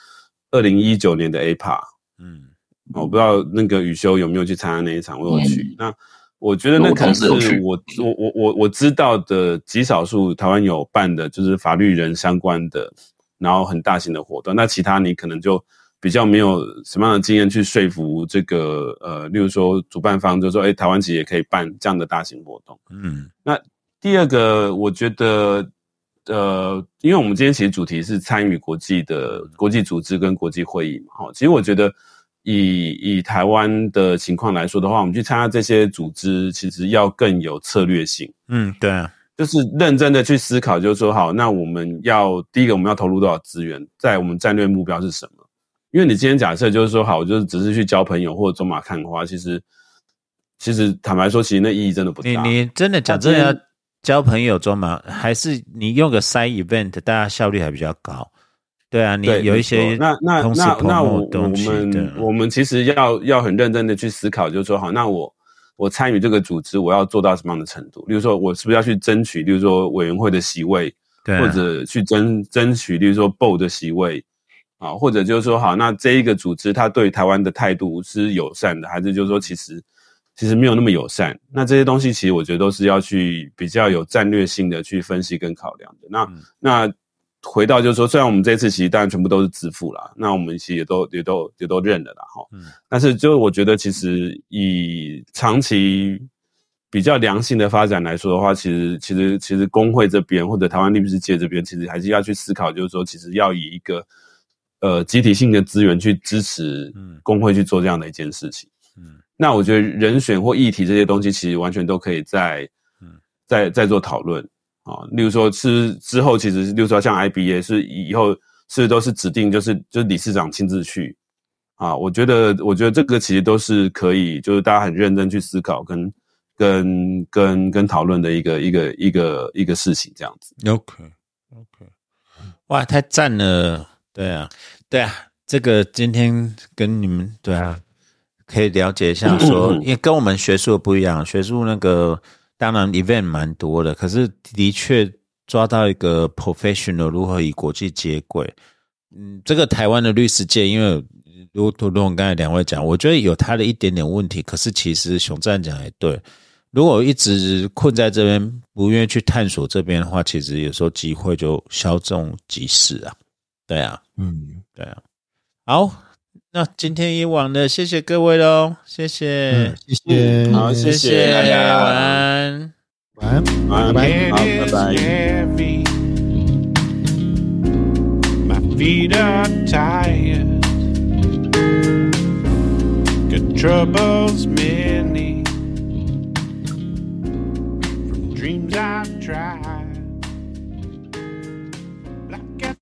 2019年的 APA。我不知道那个宇修有没有去参加那一场，我有去。那我觉得那可能是我知道的极少数台湾有办的，就是法律人相关的。然后很大型的活动，那其他你可能就比较没有什么样的经验去说服这个例如说主办方就说台湾其实也可以办这样的大型活动。那第二个我觉得因为我们今天其实主题是参与国际组织跟国际会议嘛，其实我觉得以台湾的情况来说的话，我们去参加这些组织其实要更有策略性。 对啊。 就是认真的去思考，就是說好，那我们第一个我们要投入多少资源，在我们战略目标是什么？因为你今天假设就是说好，就是只是去交朋友或者走马看花，其实坦白说，其实那意义真的不大。 你真的讲真的要交朋友走马，还是你用个 side event， 大家效率还比较高。对啊，你有一些同时 promote 东西， 我们其实要很认真的去思考，就是说好，那我参与这个组织，我要做到什么样的程度？例如说，我是不是要去争取，例如说委员会的席位，或者去争取，例如说 board 的席位啊，或者就是说，好，那这一个组织它对台湾的态度是友善的，还是就是说其实没有那么友善？那这些东西其实我觉得都是要去比较有战略性的去分析跟考量的。那回到就是说，虽然我们这次其实当然全部都是自负啦，那我们其实也都认了啦但是就我觉得其实以长期比较良性的发展来说的话，其实工会这边或者台湾律师界这边，其实还是要去思考，就是说其实要以一个集体性的资源去支持工会去做这样的一件事情。那我觉得人选或议题这些东西，其实完全都可以再做讨论。例如说是之后其实例如说像 IBA 是以后是都是指定就是理事长亲自去我觉得这个其实都是可以，就是大家很认真去思考跟讨论的一个事情这样子。 OK， 哇，太赞了！对啊，这个今天跟你们对啊可以了解一下说，因为跟我们学术不一样，学术那个。当然 event 蛮多的，可是的确抓到一个 professional 如何与国际接轨。这个台湾的律师界，因为如我刚才两位讲，我觉得有他的一点点问题，可是其实熊站讲也对，如果一直困在这边不愿意去探索这边的话，其实有时候机会就稍纵即逝啊。对啊，对啊。好，那今天也晚了，谢谢各位咯，谢谢， 谢谢， 好，谢谢大家，晚安， 拜拜，好，拜拜。 My feet are tired, got troubles many, from dreams I've tried.